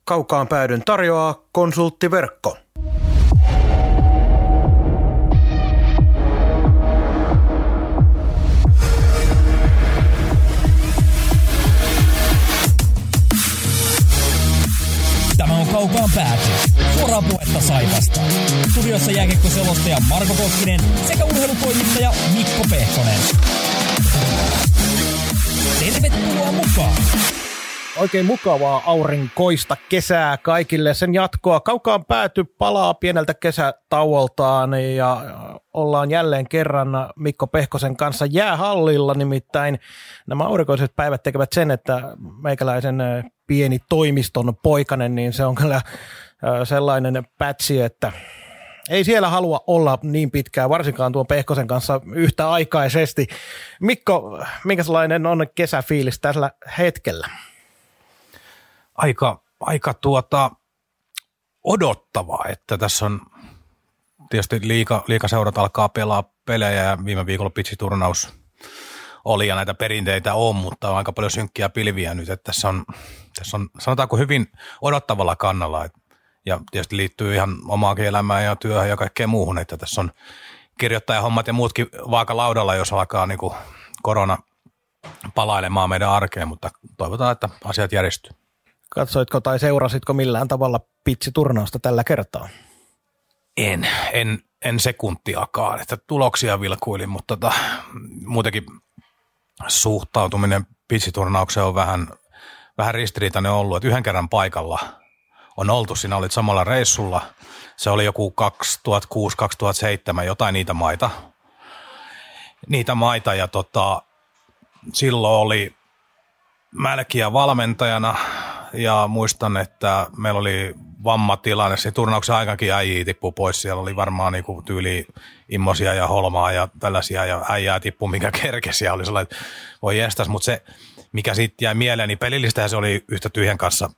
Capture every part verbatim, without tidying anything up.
Kaukaan päädyn tarjoaa Konsulttiverkko. Tämä on Kaukaan pääty. Suoraa puhetta Saipasta. Studiossa jääkiekkoselostaja Marko Koskinen sekä urheilutoimittaja Mikko Pehkonen. Tervetuloa mukaan! Oikein mukavaa aurinkoista kesää kaikille. Sen jatkoa Kaukaan pääty palaa pieneltä kesätauoltaan ja ollaan jälleen kerran Mikko Pehkosen kanssa jäähallilla. Nimittäin nämä aurinkoiset päivät tekevät sen, että meikäläisen pieni toimiston poikanen, niin se on kyllä sellainen pätsi, että ei siellä halua olla niin pitkään, varsinkaan tuon Pehkosen kanssa yhtä aikaisesti. Mikko, minkälainen on kesäfiilis tällä hetkellä? Aika, aika tuota odottavaa, että tässä on tietysti liiga, liigaseurat alkaa pelaa pelejä ja viime viikolla pitsiturnaus oli ja näitä perinteitä on, mutta on aika paljon synkkiä pilviä nyt, että tässä on, tässä on sanotaanko hyvin odottavalla kannalla ja tietysti liittyy ihan omaankin elämään ja työhön ja kaikkeen muuhun, että tässä on kirjoittajahommat ja muutkin vaakalaudalla, jos alkaa niin kuin korona palailemaan meidän arkeen, mutta toivotaan, että asiat järjestyy. Katsoitko tai seurasitko millään tavalla pitsiturnausta tällä kertaa? En, en, en sekuntiakaan, että tuloksia vilkuilin, mutta tota, muutenkin suhtautuminen pitsiturnaukseen on vähän, vähän ristiriitainen ollut, että yhden kerran paikalla on oltu, siinä olit samalla reissulla, se oli joku kaksituhattakuusi kaksituhattaseitsemän, jotain niitä maita, niitä maita ja tota, silloin oli Mälkiä valmentajana ja muistan, että meillä oli vammatilanne, se turnauksen aikakin äijii tippui pois, siellä oli varmaan niinku tyyli Immosia ja Holmaa ja tällaisia ja äijää tippui mikä kerkesi ja oli sellainen, että voi jestas, mutta se mikä siitä jäi mieleen, niin pelillistä se oli yhtä tyhjän kanssa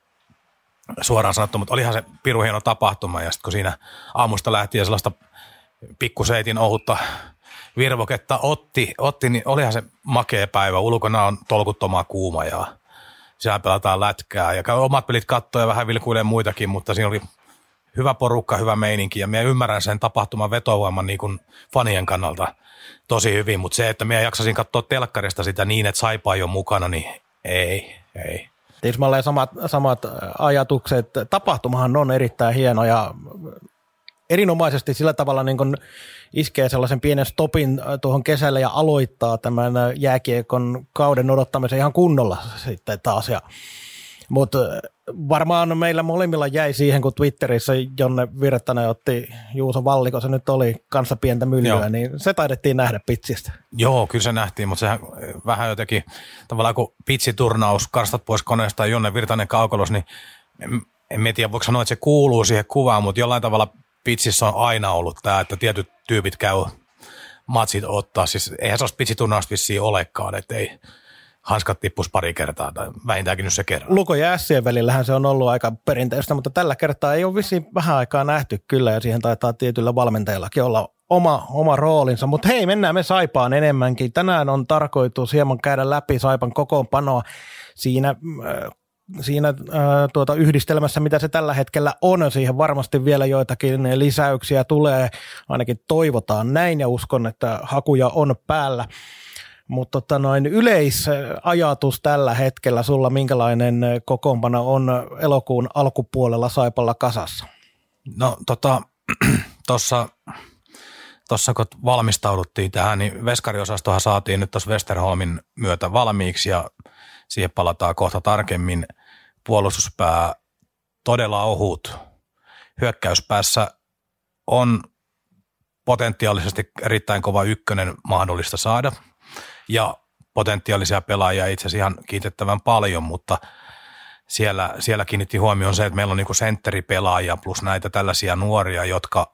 suoraan sanottu, mutta olihan se pirun hieno tapahtuma ja sitten kun siinä aamusta lähtien sellaista pikkuseitin ohutta virvoketta otti, otti, niin olihan se makea päivä, ulkona on tolkuttoman kuuma ja siellä pelataan lätkää ja käy omat pelit kattoa ja vähän vilkuilee muitakin, mutta siinä oli hyvä porukka, hyvä meininki ja minä ymmärrän sen tapahtuman vetovoiman niin kuin fanien kannalta tosi hyvin, mutta se, että minä jaksasin katsoa telkkarista sitä niin, että Saipa ei ole mukana, niin ei, ei. Tismalleen samat, samat ajatukset. Tapahtumahan on erittäin hieno ja erinomaisesti sillä tavalla niin kuin iskee sellaisen pienen stopin tuohon kesälle ja aloittaa tämän jääkiekon kauden odottamisen ihan kunnolla sitten taas. Mutta varmaan meillä molemmilla jäi siihen, kun Twitterissä Jonne Virtanen otti Juuso Valliko, se nyt oli kanssa pientä myllyä, Joo. niin se taidettiin nähdä pitsistä. Joo, kyllä se nähtiin, mutta sehän vähän jotenkin tavallaan kun pitsiturnaus, karstat pois koneesta ja Jonne Virtanen kaukolos, niin en, en tiedä, voiko sanoa, että se kuuluu siihen kuvaan, mutta jollain tavalla pitsissä on aina ollut tämä, että tietyt tyypit käy matsit ottaa. Siis eihän se olisi pitsiturnausta vissiin olekaan, että ei hanskat tippus pari kertaa tai vähintäänkin nyt se kerran. Luko ja Ässien välillähän se on ollut aika perinteistä, mutta tällä kertaa ei ole vissiin vähän aikaa nähty kyllä ja siihen taitaa tietyllä valmentajallakin olla oma, oma roolinsa. Mutta hei, mennään me Saipaan enemmänkin. Tänään on tarkoitus hieman käydä läpi Saipan kokoonpanoa siinä äh, Siinä äh, tuota, yhdistelmässä, mitä se tällä hetkellä on, siihen varmasti vielä joitakin lisäyksiä tulee, ainakin toivotaan näin ja uskon, että hakuja on päällä. Mutta tota, noin yleisajatus tällä hetkellä sulla, minkälainen kokoonpano on elokuun alkupuolella Saipalla kasassa? No tota, tuossa Tuossa kun valmistauduttiin tähän, niin veskariosastohan saatiin nyt tuossa Westerholmin myötä valmiiksi ja siihen palataan kohta tarkemmin. Puolustuspää todella ohut. Hyökkäyspäässä on potentiaalisesti erittäin kova ykkönen mahdollista saada ja potentiaalisia pelaajia itse asiassa ihan kiitettävän paljon, mutta siellä, siellä kiinnitti huomioon se, että meillä on niinku sentteripelaajia plus näitä tällaisia nuoria, jotka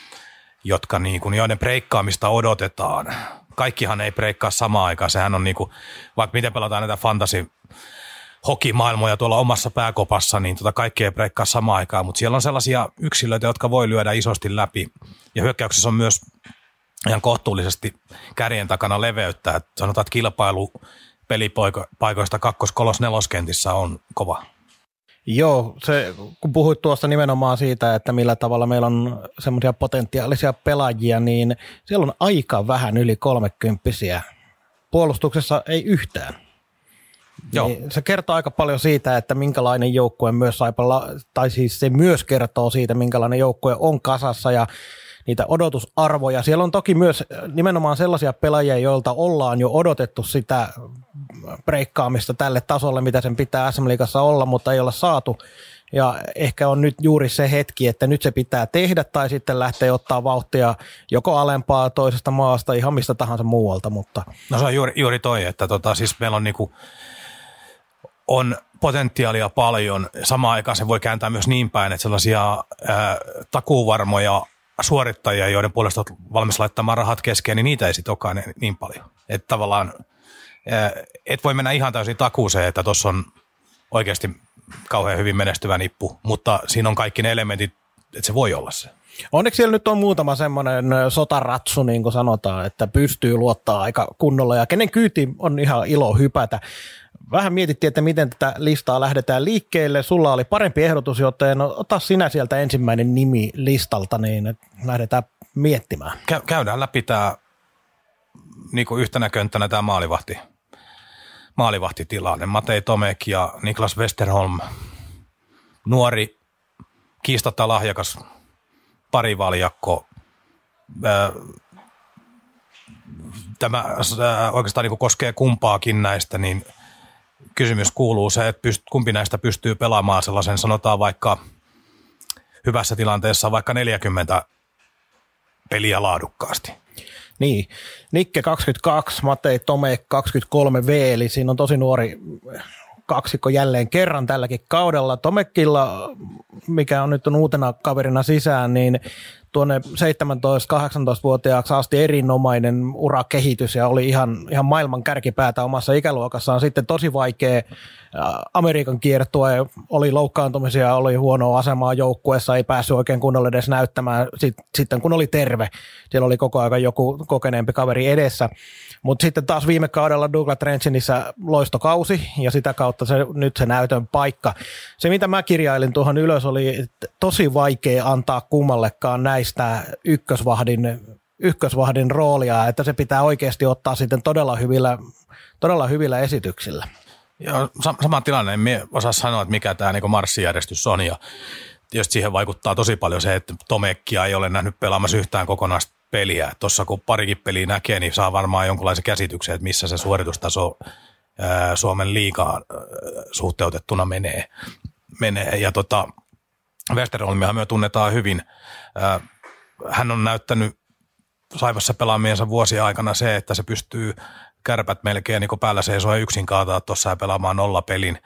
jotka niin kuin, joiden breikkaamista odotetaan. Kaikkihan ei breikkaa samaan aikaan. Sehän on niin kuin, vaikka miten pelataan näitä fantasy hokimaailmoja tuolla omassa pääkopassa, niin tota kaikki ei breikkaa samaan aikaan, mutta siellä on sellaisia yksilöitä, jotka voi lyödä isosti läpi. Ja hyökkäyksessä on myös ihan kohtuullisesti kärjen takana leveyttä. Että sanotaan, että kilpailu pelipaikoista kakkos-, kolos-, neloskentissä on kova. Joo, se, kun puhuit tuossa nimenomaan siitä, että millä tavalla meillä on semmoisia potentiaalisia pelaajia, niin siellä on aika vähän yli kolmekymppisiä. Puolustuksessa ei yhtään. Joo. Niin se kertoo aika paljon siitä, että minkälainen joukkue myös Saipalla, tai siis se myös kertoo siitä, minkälainen joukkue on kasassa ja niitä odotusarvoja. Siellä on toki myös nimenomaan sellaisia pelaajia, joilta ollaan jo odotettu sitä breikkaamista tälle tasolle, mitä sen pitää S M-liigassa olla, mutta ei olla saatu. Ja ehkä on nyt juuri se hetki, että nyt se pitää tehdä tai sitten lähteä ottaa vauhtia joko alempaa toisesta maasta, ihan mistä tahansa muualta. Mutta. No se on juuri, juuri toi, että tota, siis meillä on, niinku, on potentiaalia paljon. Samaan aikaan se voi kääntää myös niin päin, että sellaisia ää, takuuvarmoja suorittajia, joiden puolesta olet valmis laittamaan rahat keskeen, niin niitä ei sitten olekaan niin paljon. Että tavallaan et voi mennä ihan täysin takuuseen, että tuossa on oikeasti kauhean hyvin menestyvä nippu, mutta siinä on kaikki ne elementit, että se voi olla se. Onneksi siellä nyt on muutama semmoinen sotaratsu, niin kuin sanotaan, että pystyy luottaa aika kunnolla ja kenen kyyti on ihan ilo hypätä. Vähän mietittiin, että miten tätä listaa lähdetään liikkeelle. Sulla oli parempi ehdotus, joten ota sinä sieltä ensimmäinen nimi listalta, niin lähdetään miettimään. Käydään läpi tämä niin kuin yhtenä könttänä tämä maalivahti, maalivahtitilanne. Matei Tomek ja Niklas Westerholm, nuori, kiistatta lahjakas parivaljakko. Tämä oikeastaan niin kuin koskee kumpaakin näistä, niin kysymys kuuluu se, että pyst, kumpi näistä pystyy pelaamaan sellaisen, sanotaan vaikka hyvässä tilanteessa vaikka neljäkymmentä peliä laadukkaasti. Niin, Nikke kaksikymmentäkaksi, Matei Tomek kaksikymmentäkolme V, eli siinä on tosi nuori kaksikko jälleen kerran tälläkin kaudella. Tomekilla, mikä on nyt on uutena kaverina sisään, niin tuonne seitsemäntoista-kahdeksantoista-vuotiaaksi asti erinomainen urakehitys ja oli ihan, ihan maailman kärkipäätä omassa ikäluokassaan. Sitten tosi vaikea Amerikan kiertue, oli loukkaantumisia, oli huonoa asemaa joukkueessa, ei päässyt oikein kunnolla edes näyttämään sitten kun oli terve. Siellä oli koko ajan joku kokeneempi kaveri edessä. Mutta sitten taas viime kaudella Douglas Trenchinissä loistokausi ja sitä kautta se, nyt se näytön paikka. Se mitä mä kirjailin tuohon ylös oli tosi vaikea antaa kummallekaan näistä ykkösvahdin, ykkösvahdin roolia, että se pitää oikeasti ottaa sitten todella hyvillä, todella hyvillä esityksillä. Joo, sama tilanne, en minä osaa sanoa, että mikä tämä niinku marssijärjestys on ja tietysti siihen vaikuttaa tosi paljon se, että Tomekkia ei ole nähnyt pelaamassa yhtään kokonaista peliä. Tuossa kun parikin peliä näkee, niin saa varmaan jonkinlaisen käsityksen, että missä se suoritustaso ää, Suomen liigaan ää, suhteutettuna menee. menee. Ja tota, Westerholmia me tunnetaan hyvin. Ää, hän on näyttänyt Saivassa pelaamiensa vuosien aikana se, että se pystyy kärpät melkein niin päällä seisoo yksin kaataa tuossa ja pelaamaan nollapelin.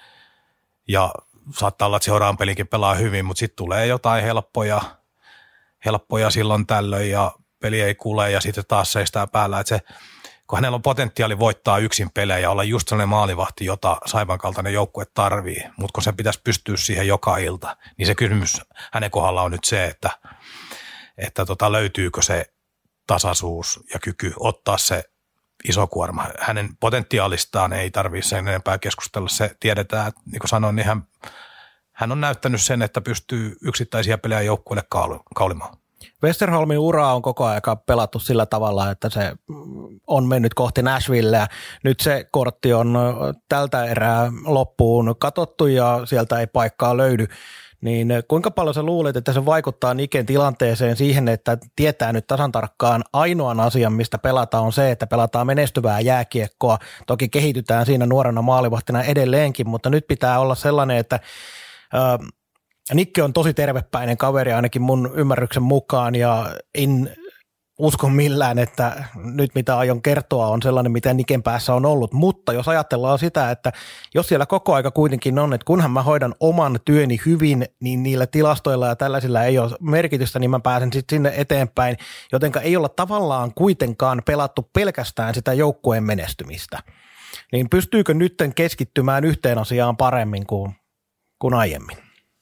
Ja saattaa olla, että seuraavan pelinkin pelaa hyvin, mutta sitten tulee jotain helppoja, helppoja silloin tällöin ja peli ei kuule ja sitten taas seistää päällä. Että se, kun hänellä on potentiaali voittaa yksin pelejä ja olla just sellainen maalivahti, jota Saipan kaltainen joukkue tarvii, mutta kun se pitäisi pystyä siihen joka ilta, niin se kysymys hänen kohdalla on nyt se, että, että tota, löytyykö se tasaisuus ja kyky ottaa se iso kuorma. Hänen potentiaalistaan ei tarvitse sen enempää keskustella. Se tiedetään, että niin kuin sanoin, niin hän, hän on näyttänyt sen, että pystyy yksittäisiä pelejä joukkueelle kaulimaan. Westerholmin ura on koko ajan pelattu sillä tavalla, että se on mennyt kohti Nashvilleä. Nyt se kortti on tältä erää loppuun katsottu ja sieltä ei paikkaa löydy. Niin kuinka paljon sä luulet, että se vaikuttaa Niken tilanteeseen siihen, että tietää nyt tasan tarkkaan ainoan asian, mistä pelataan, on se, että pelataan menestyvää jääkiekkoa. Toki kehitytään siinä nuorena maalivahtina edelleenkin, mutta nyt pitää olla sellainen, että ää, Nikke on tosi tervepäinen kaveri ainakin mun ymmärryksen mukaan ja en usko millään, että nyt mitä aion kertoa on sellainen, mitä Niken päässä on ollut, mutta jos ajatellaan sitä, että jos siellä koko aika kuitenkin on, että kunhan mä hoidan oman työni hyvin, niin niillä tilastoilla ja tällaisilla ei ole merkitystä, niin mä pääsen sitten sinne eteenpäin, jotenka ei olla tavallaan kuitenkaan pelattu pelkästään sitä joukkueen menestymistä. Niin pystyykö nytten keskittymään yhteen asiaan paremmin kuin, kuin aiemmin?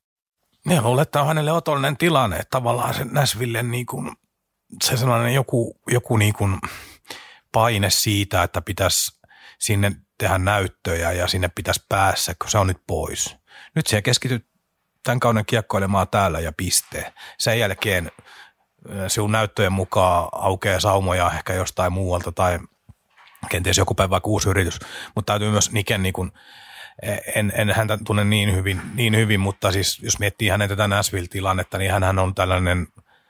Ja luulen, että on hänelle otollinen tilanne, että tavallaan se Nashvillen niin kuin se sellainen joku, joku niin kuin paine siitä, että pitäisi sinne tehdä näyttöjä ja sinne pitäisi päässä, kun se on nyt pois. Nyt siellä keskityt tämän kauden kiekkoilemaan täällä ja piste. Sen jälkeen sinun näyttöjen mukaan aukeaa saumoja ehkä jostain muualta tai kenties joku päivä vaikka uusi yritys, mutta täytyy myös Niken, niin kuin, en, en häntä tunne niin hyvin, niin hyvin, mutta siis jos miettii hänen tätä Nashville-tilannetta, niin hänhän on tällainen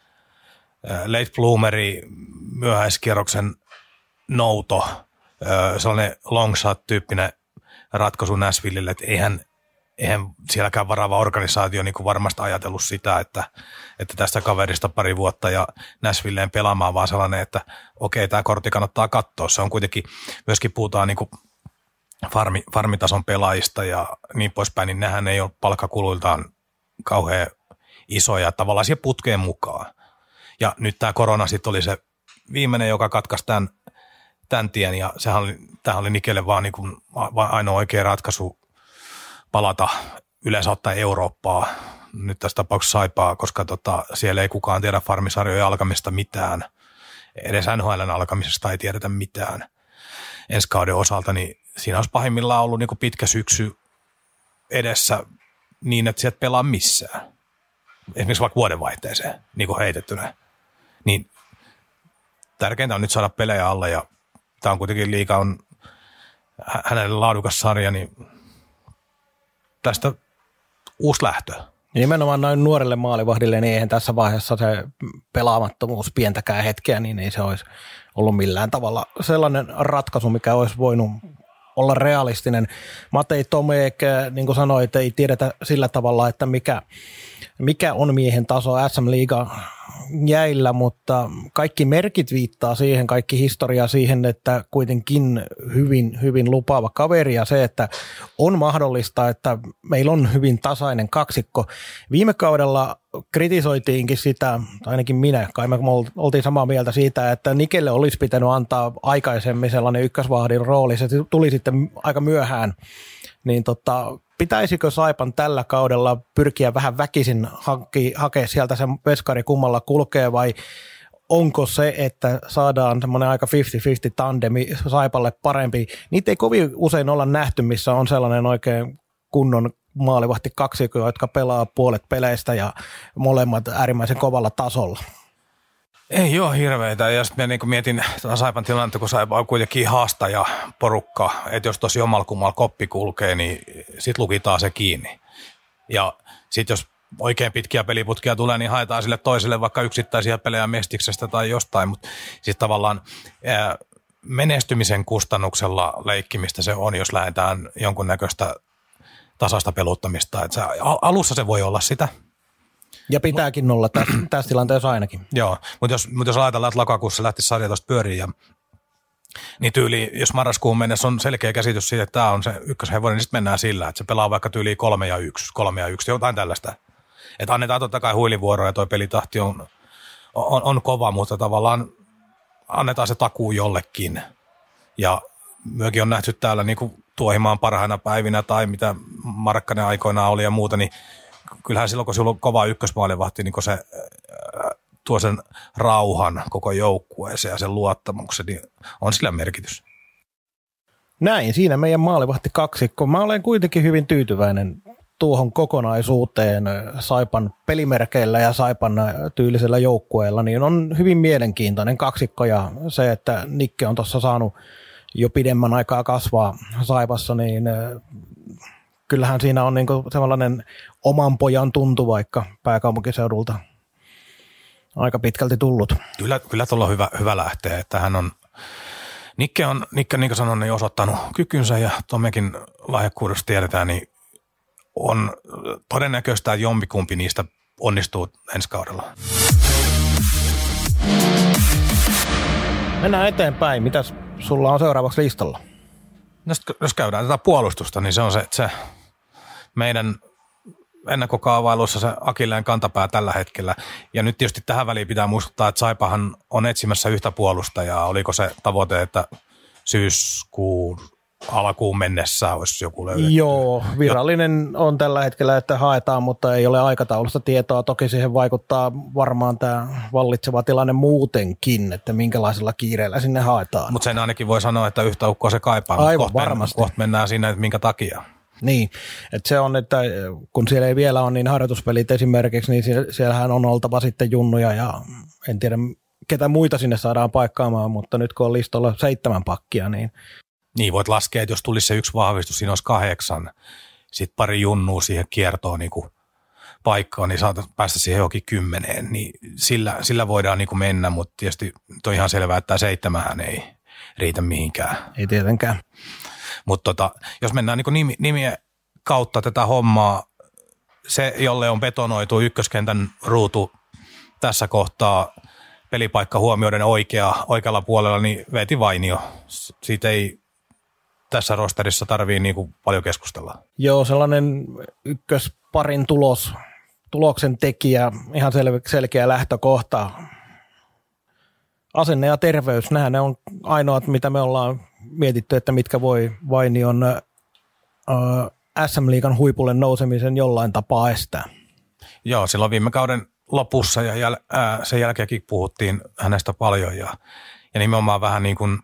late bloomeri, myöhäiskierroksen nouto, sellainen long shot-tyyppinen ratkaisu Nashvillelle, että eihän, eihän sielläkään varaava organisaatio niin kuin varmasti ajatellut sitä, että, että tästä kaverista pari vuotta ja Nashvilleen pelaamaan, vaan sellainen, että okei, tämä kortti kannattaa katsoa. Se on kuitenkin, myöskin puhutaan niin kuin farmi, farmitason pelaajista ja niin poispäin, niin nehän ei ole palkkakuluiltaan kauhean isoja, tavallaan siihen putkeen mukaan. Ja nyt tämä korona sitten oli se viimeinen, joka katkaisi tämän, tämän tien, ja sehän oli, tämähän oli Nikelle vaan niin kuin ainoa oikea ratkaisu palata yleensä ottaen Eurooppaa, nyt tässä tapauksessa Saipaa, koska tota, siellä ei kukaan tiedä farmisarjojen alkamista mitään, edes N H L:n alkamisesta ei tiedetä mitään ensi kauden osalta, niin siinä olisi pahimmillaan ollut niin kuin pitkä syksy edessä niin, että sieltä pelaa missään. Esimerkiksi vaikka vuodenvaihteeseen, niin kuin heitettynä. Niin tärkeintä on nyt saada pelejä alle, ja tämä on kuitenkin liiga on hänelle laadukas sarja, niin tästä uusi lähtö. Nimenomaan noin nuorelle maalivahdille, niin eihän tässä vaiheessa se pelaamattomuus pientäkään hetkeä, niin ei se olisi ollut millään tavalla sellainen ratkaisu, mikä olisi voinut olla realistinen. Matei Tomek, niin kuin sanoit, ei tiedetä sillä tavalla, että mikä, mikä on miehen taso S M-liiga jäillä, mutta kaikki merkit viittaa siihen, kaikki historia siihen, että kuitenkin hyvin, hyvin lupaava kaveri ja se, että on mahdollista, että meillä on hyvin tasainen kaksikko. Viime kaudella kritisoitiinkin sitä, ainakin minä, kai me oltiin samaa mieltä siitä, että Nikelle olisi pitänyt antaa aikaisemmin sellainen ykkösvahdin rooli, se tuli sitten aika myöhään, niin tota, pitäisikö Saipan tällä kaudella pyrkiä vähän väkisin haki, hakea sieltä sen veskari kummalla kulkee vai onko se, että saadaan semmoinen aika viisikymmentä viisikymmentä tandemi Saipalle parempi? Niitä ei kovin usein olla nähty, missä on sellainen oikein kunnon maalivahti kaksikko, jotka pelaa puolet peleistä ja molemmat äärimmäisen kovalla tasolla. Ei ole hirveitä, ja sitten niin mietin Saipan tilannetta, kun Saipa on kuitenkin haastaja porukka, että jos tosi omalla kummalla koppi kulkee, niin sitten lukitaan se kiinni. Ja sitten jos oikein pitkiä peliputkia tulee, niin haetaan sille toiselle vaikka yksittäisiä pelejä Mestiksestä tai jostain, mutta sitten tavallaan ää, menestymisen kustannuksella leikkimistä se on, jos lähdetään jonkunnäköistä tasaista peluttamista. Et se, alussa se voi olla sitä. Ja pitääkin olla tässä, tässä tilanteessa ainakin. Joo, mutta jos, mutta jos ajatellaan, että lokakuussa lähtisi sarja tuosta pyöriin, ja, niin tyyli, jos marraskuun mennessä on selkeä käsitys siitä, että tämä on se ykköshevonen, niin sitten mennään sillä, että se pelaa vaikka tyyliin kolme ja yksi, kolme ja yksi, jotain tällaista. Että annetaan totta kai huilivuoroja, toi pelitahti on, on, on kova, mutta tavallaan annetaan se takuu jollekin. Ja myöskin on nähty täällä niin kuin Tuohimaan parhaina päivinä tai mitä Markkanen aikoinaan oli ja muuta, niin kyllähän silloin, kun sulla on kova ykkösmaalivahti, niin kun se tuo sen rauhan koko joukkueeseen ja sen luottamuksen, niin on sillä merkitys. Näin, siinä meidän maalivahti kaksikko. Mä olen kuitenkin hyvin tyytyväinen tuohon kokonaisuuteen Saipan pelimerkeillä ja Saipan tyylisellä joukkueella, niin on hyvin mielenkiintoinen kaksikko ja se, että Nikke on tuossa saanut jo pidemmän aikaa kasvaa Saipassa, niin kyllähän siinä on niinku sellainen oman pojan tuntu vaikka pääkaupunkiseudulta aika pitkälti tullut. Kyllä, kyllä tuolla on hyvä, hyvä lähteä, että hän on, Nikke on, Nikke niin kuin sanoin, niin osoittanut kykynsä ja Tomekin lahjakkuudesta tiedetään, niin on todennäköistä, että jompikumpi niistä onnistuu ensi kaudella. Mennään eteenpäin. Mitäs sulla on seuraavaksi listalla? Jos käydään tätä puolustusta, niin se on se, että se meidän ennakkokaavailuissa se Akilleen kantapää tällä hetkellä. Ja nyt tietysti tähän väliin pitää muistuttaa, että Saipahan on etsimässä yhtä puolustajaa. Oliko se tavoite, että syyskuun alkuun mennessä olisi joku löydetty? Joo, virallinen on tällä hetkellä, että haetaan, mutta ei ole aikataulusta tietoa. Toki siihen vaikuttaa varmaan tämä vallitseva tilanne muutenkin, että minkälaisella kiireellä sinne haetaan. Mutta sen ainakin voi sanoa, että yhtä ukkoa se kaipaa. Aivan kohta varmasti. Kohta mennään siinä, että minkä takia. Niin, että se on, että kun siellä ei vielä ole niin harjoituspelit esimerkiksi, niin siellähän on oltava sitten junnuja ja en tiedä ketä muita sinne saadaan paikkaamaan, mutta nyt kun on listalla seitsemän pakkia, niin... Niin, voit laskea, että jos tulisi se yksi vahvistus, siinä olisi kahdeksan, sitten pari junnua siihen kiertoon niin kuin paikkaan, niin saatat päästä siihen johonkin kymmeneen, niin sillä, sillä voidaan niin kuin mennä, mutta tietysti on ihan selvää, että tämä seitsemähän ei riitä mihinkään. Ei tietenkään. Mutta tota, jos mennään niin nimi, nimien kautta tätä hommaa, se, jolle on betonoitu ykköskentän ruutu tässä kohtaa pelipaikka huomioiden oikea, oikealla puolella, niin Veeti Vainio. Siitä ei tässä rosterissa tarvii niin kuin paljon keskustella. Joo, sellainen ykkösparin tulos, tuloksen tekijä, ihan sel- selkeä lähtökohta. Asenne ja terveys, nämä ne on ainoat, mitä me ollaan mietitty, että mitkä voi Vainion äh, S M-liigan huipulle nousemisen jollain tapaa estää. Joo, silloin viime kauden lopussa ja jäl, äh, sen jälkeenkin puhuttiin hänestä paljon ja, ja nimenomaan vähän niin kuin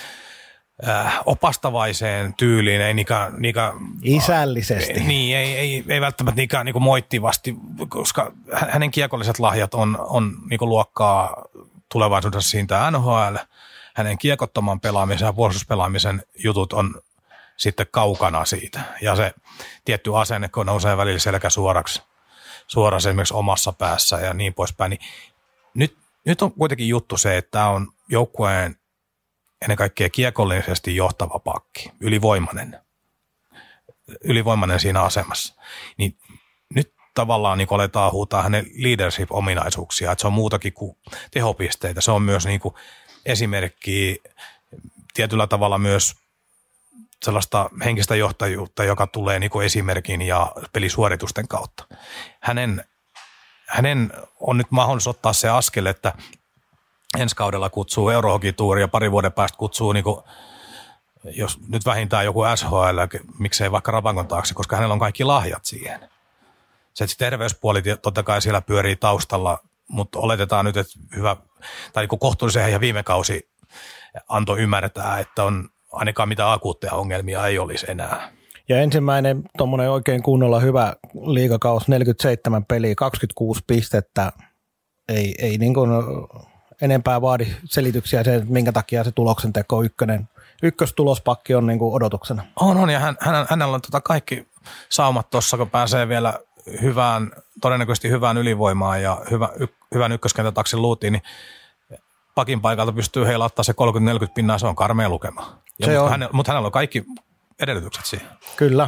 äh, opastavaiseen tyyliin, ei niinkään... niinkään isällisesti. Äh, niin, ei, ei, ei välttämättä niinkään niin kuin moittivasti, koska hänen kiekolliset lahjat on, on niin kuin luokkaa tulevaisuudessa siitä N H L. Hänen kiekottoman pelaamisen ja puolustuspelaamisen jutut on sitten kaukana siitä. Ja se tietty asenne, kun nousee välillä selkä suoraksi, suoraan esimerkiksi omassa päässä ja niin poispäin, niin nyt, nyt on kuitenkin juttu se, että tämä on joukkueen ennen kaikkea kiekollisesti johtava pakki, ylivoimainen, ylivoimainen siinä asemassa. Niin nyt tavallaan niin aletaan huutaa hänen leadership-ominaisuuksia, että se on muutakin kuin tehopisteitä, se on myös niin kuin esimerkkiä tietyllä tavalla myös sellaista henkistä johtajuutta, joka tulee niin kuin esimerkin ja pelisuoritusten kautta. Hänen, hänen on nyt mahdollisuus ottaa se askel, että ensi kaudella kutsuu Eurohockey-tuuri ja pari vuoden päästä kutsuu, niin kuin, jos nyt vähintään joku S H L, miksei vaikka Rapankon taakse, koska hänellä on kaikki lahjat siihen. Se, se terveyspuoli totta kai siellä pyörii taustalla, mutta oletetaan nyt, että hyvä, tai niin kohtuullisen ja viime kausi antoi ymmärtää, että on ainakaan mitään akuutteja ongelmia ei olisi enää. Ja ensimmäinen tuommoinen oikein kunnolla hyvä liigakaus, neljäkymmentäseitsemän peliä, kaksikymmentäkuusi pistettä, ei, ei niin kuin enempää vaadi selityksiä se, minkä takia se tuloksen teko ykkönen, ykköstulospakki on niin kuin odotuksena. On, on, ja hän, hän, hänellä on tota kaikki saumat tuossa, kun pääsee vielä hyvään, todennäköisesti hyvään ylivoimaan ja hyvä, y, hyvän ykköskentätaksin luutiin, niin pakin paikalta pystyy heilauttaa se kolmekymmentä neljäkymmentä pinnaa, se on karmea lukema. Ja se mutta, on. Hän, mutta hänellä on kaikki edellytykset siihen. Kyllä.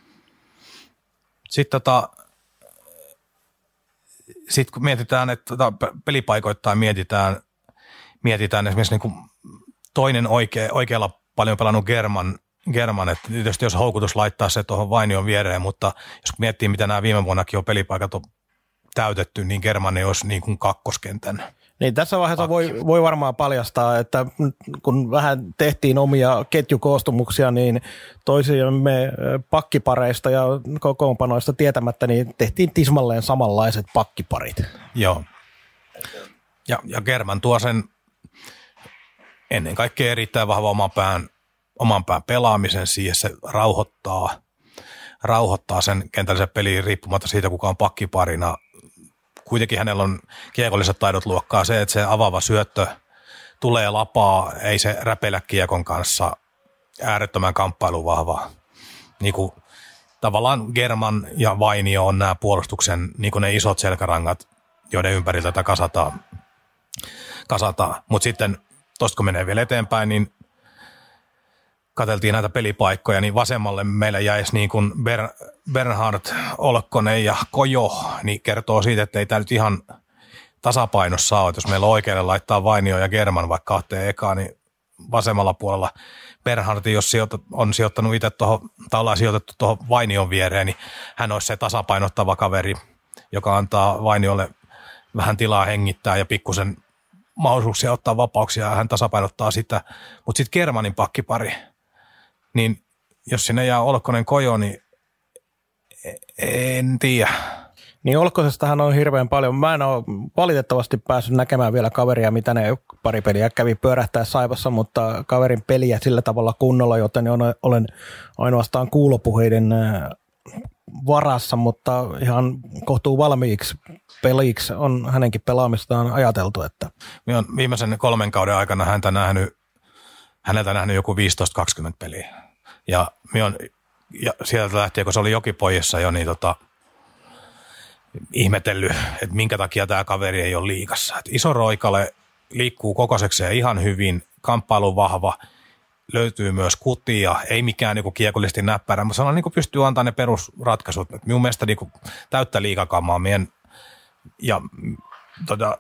Sitten tota, sit kun mietitään, että tota pelipaikoittain mietitään, mietitään esimerkiksi niin kuin toinen oikea, oikealla paljon pelannut German, German, että tietysti jos houkutus laittaa se tuohon Vainion viereen, mutta jos miettii, mitä nämä viime vuonnakin on pelipaikat on täytetty, niin German ei olisi niin kuin kakkoskentän. Niin tässä vaiheessa voi, voi varmaan paljastaa, että kun vähän tehtiin omia ketjukoostumuksia, niin toisiamme pakkipareista ja kokoonpanoista tietämättä, niin tehtiin tismalleen samanlaiset pakkiparit. Joo. Ja, ja German tuo sen ennen kaikkea erittäin vahva oman pään, oman pään pelaamisen siihen, se rauhoittaa, rauhoittaa sen kentällisen peliin riippumatta siitä, kuka on pakkiparina. Kuitenkin hänellä on kiekolliset taidot luokkaa se, että se avaava syöttö tulee lapaa, ei se räpeillä kiekon kanssa, äärettömän kamppailu vahva. Niin kuin, tavallaan German ja Vainio on nämä puolustuksen niin kuin ne isot selkärangat, joiden ympäriltä tätä kasataan. kasataan. Mutta sitten tuosta kun menee vielä eteenpäin, niin katseltiin näitä pelipaikkoja, niin vasemmalle meillä jäisi niin kuin Ber- Bernhard, Olkkonen ja Kojo, niin kertoo siitä, että ei tämä nyt ihan tasapainossa ole. Jos meillä oikealle laittaa Vainio ja German vaikka kahteen ekaan, niin vasemmalla puolella Bernhard, jos on sijoittanut itse tuohon, tai ollaan sijoitettu tuohon Vainion viereen, niin hän olisi se tasapainottava kaveri, joka antaa Vainiolle vähän tilaa hengittää ja pikkusen mahdollisuuksia ottaa vapauksia ja hän tasapainottaa sitä. Mutta sitten Germanin pakkipari, niin jos sinne jää Olkkonen Kojo, niin en tiedä. Niin Olkkosestahan on hirveän paljon. Mä en ole valitettavasti päässyt näkemään vielä kaveria, mitä ne pari peliä kävi pyörähtää Saipassa, mutta kaverin peliä sillä tavalla kunnolla, joten olen ainoastaan kuulopuheiden varassa, mutta ihan kohtuu valmiiksi peliksi on hänenkin pelaamistaan ajateltu. Että. Minä olen viimeisen kolmen kauden aikana häntä nähnyt, häneltä nähnyt joku viisitoista kaksikymmentä peliä. Ja, on, ja sieltä lähtien, kun se oli Jokipojissa jo, niin tota, ihmetellyt, että minkä takia tämä kaveri ei ole liigassa. Et iso roikale liikkuu kokoisekseen ihan hyvin, kamppailu vahva, löytyy myös kutia, ei mikään niinku kiekollisesti näppärä, mutta sellainen niinku pystyy antamaan ne perusratkaisut. Et minun mielestä niinku täyttä liigakamaa meidän, ja tota,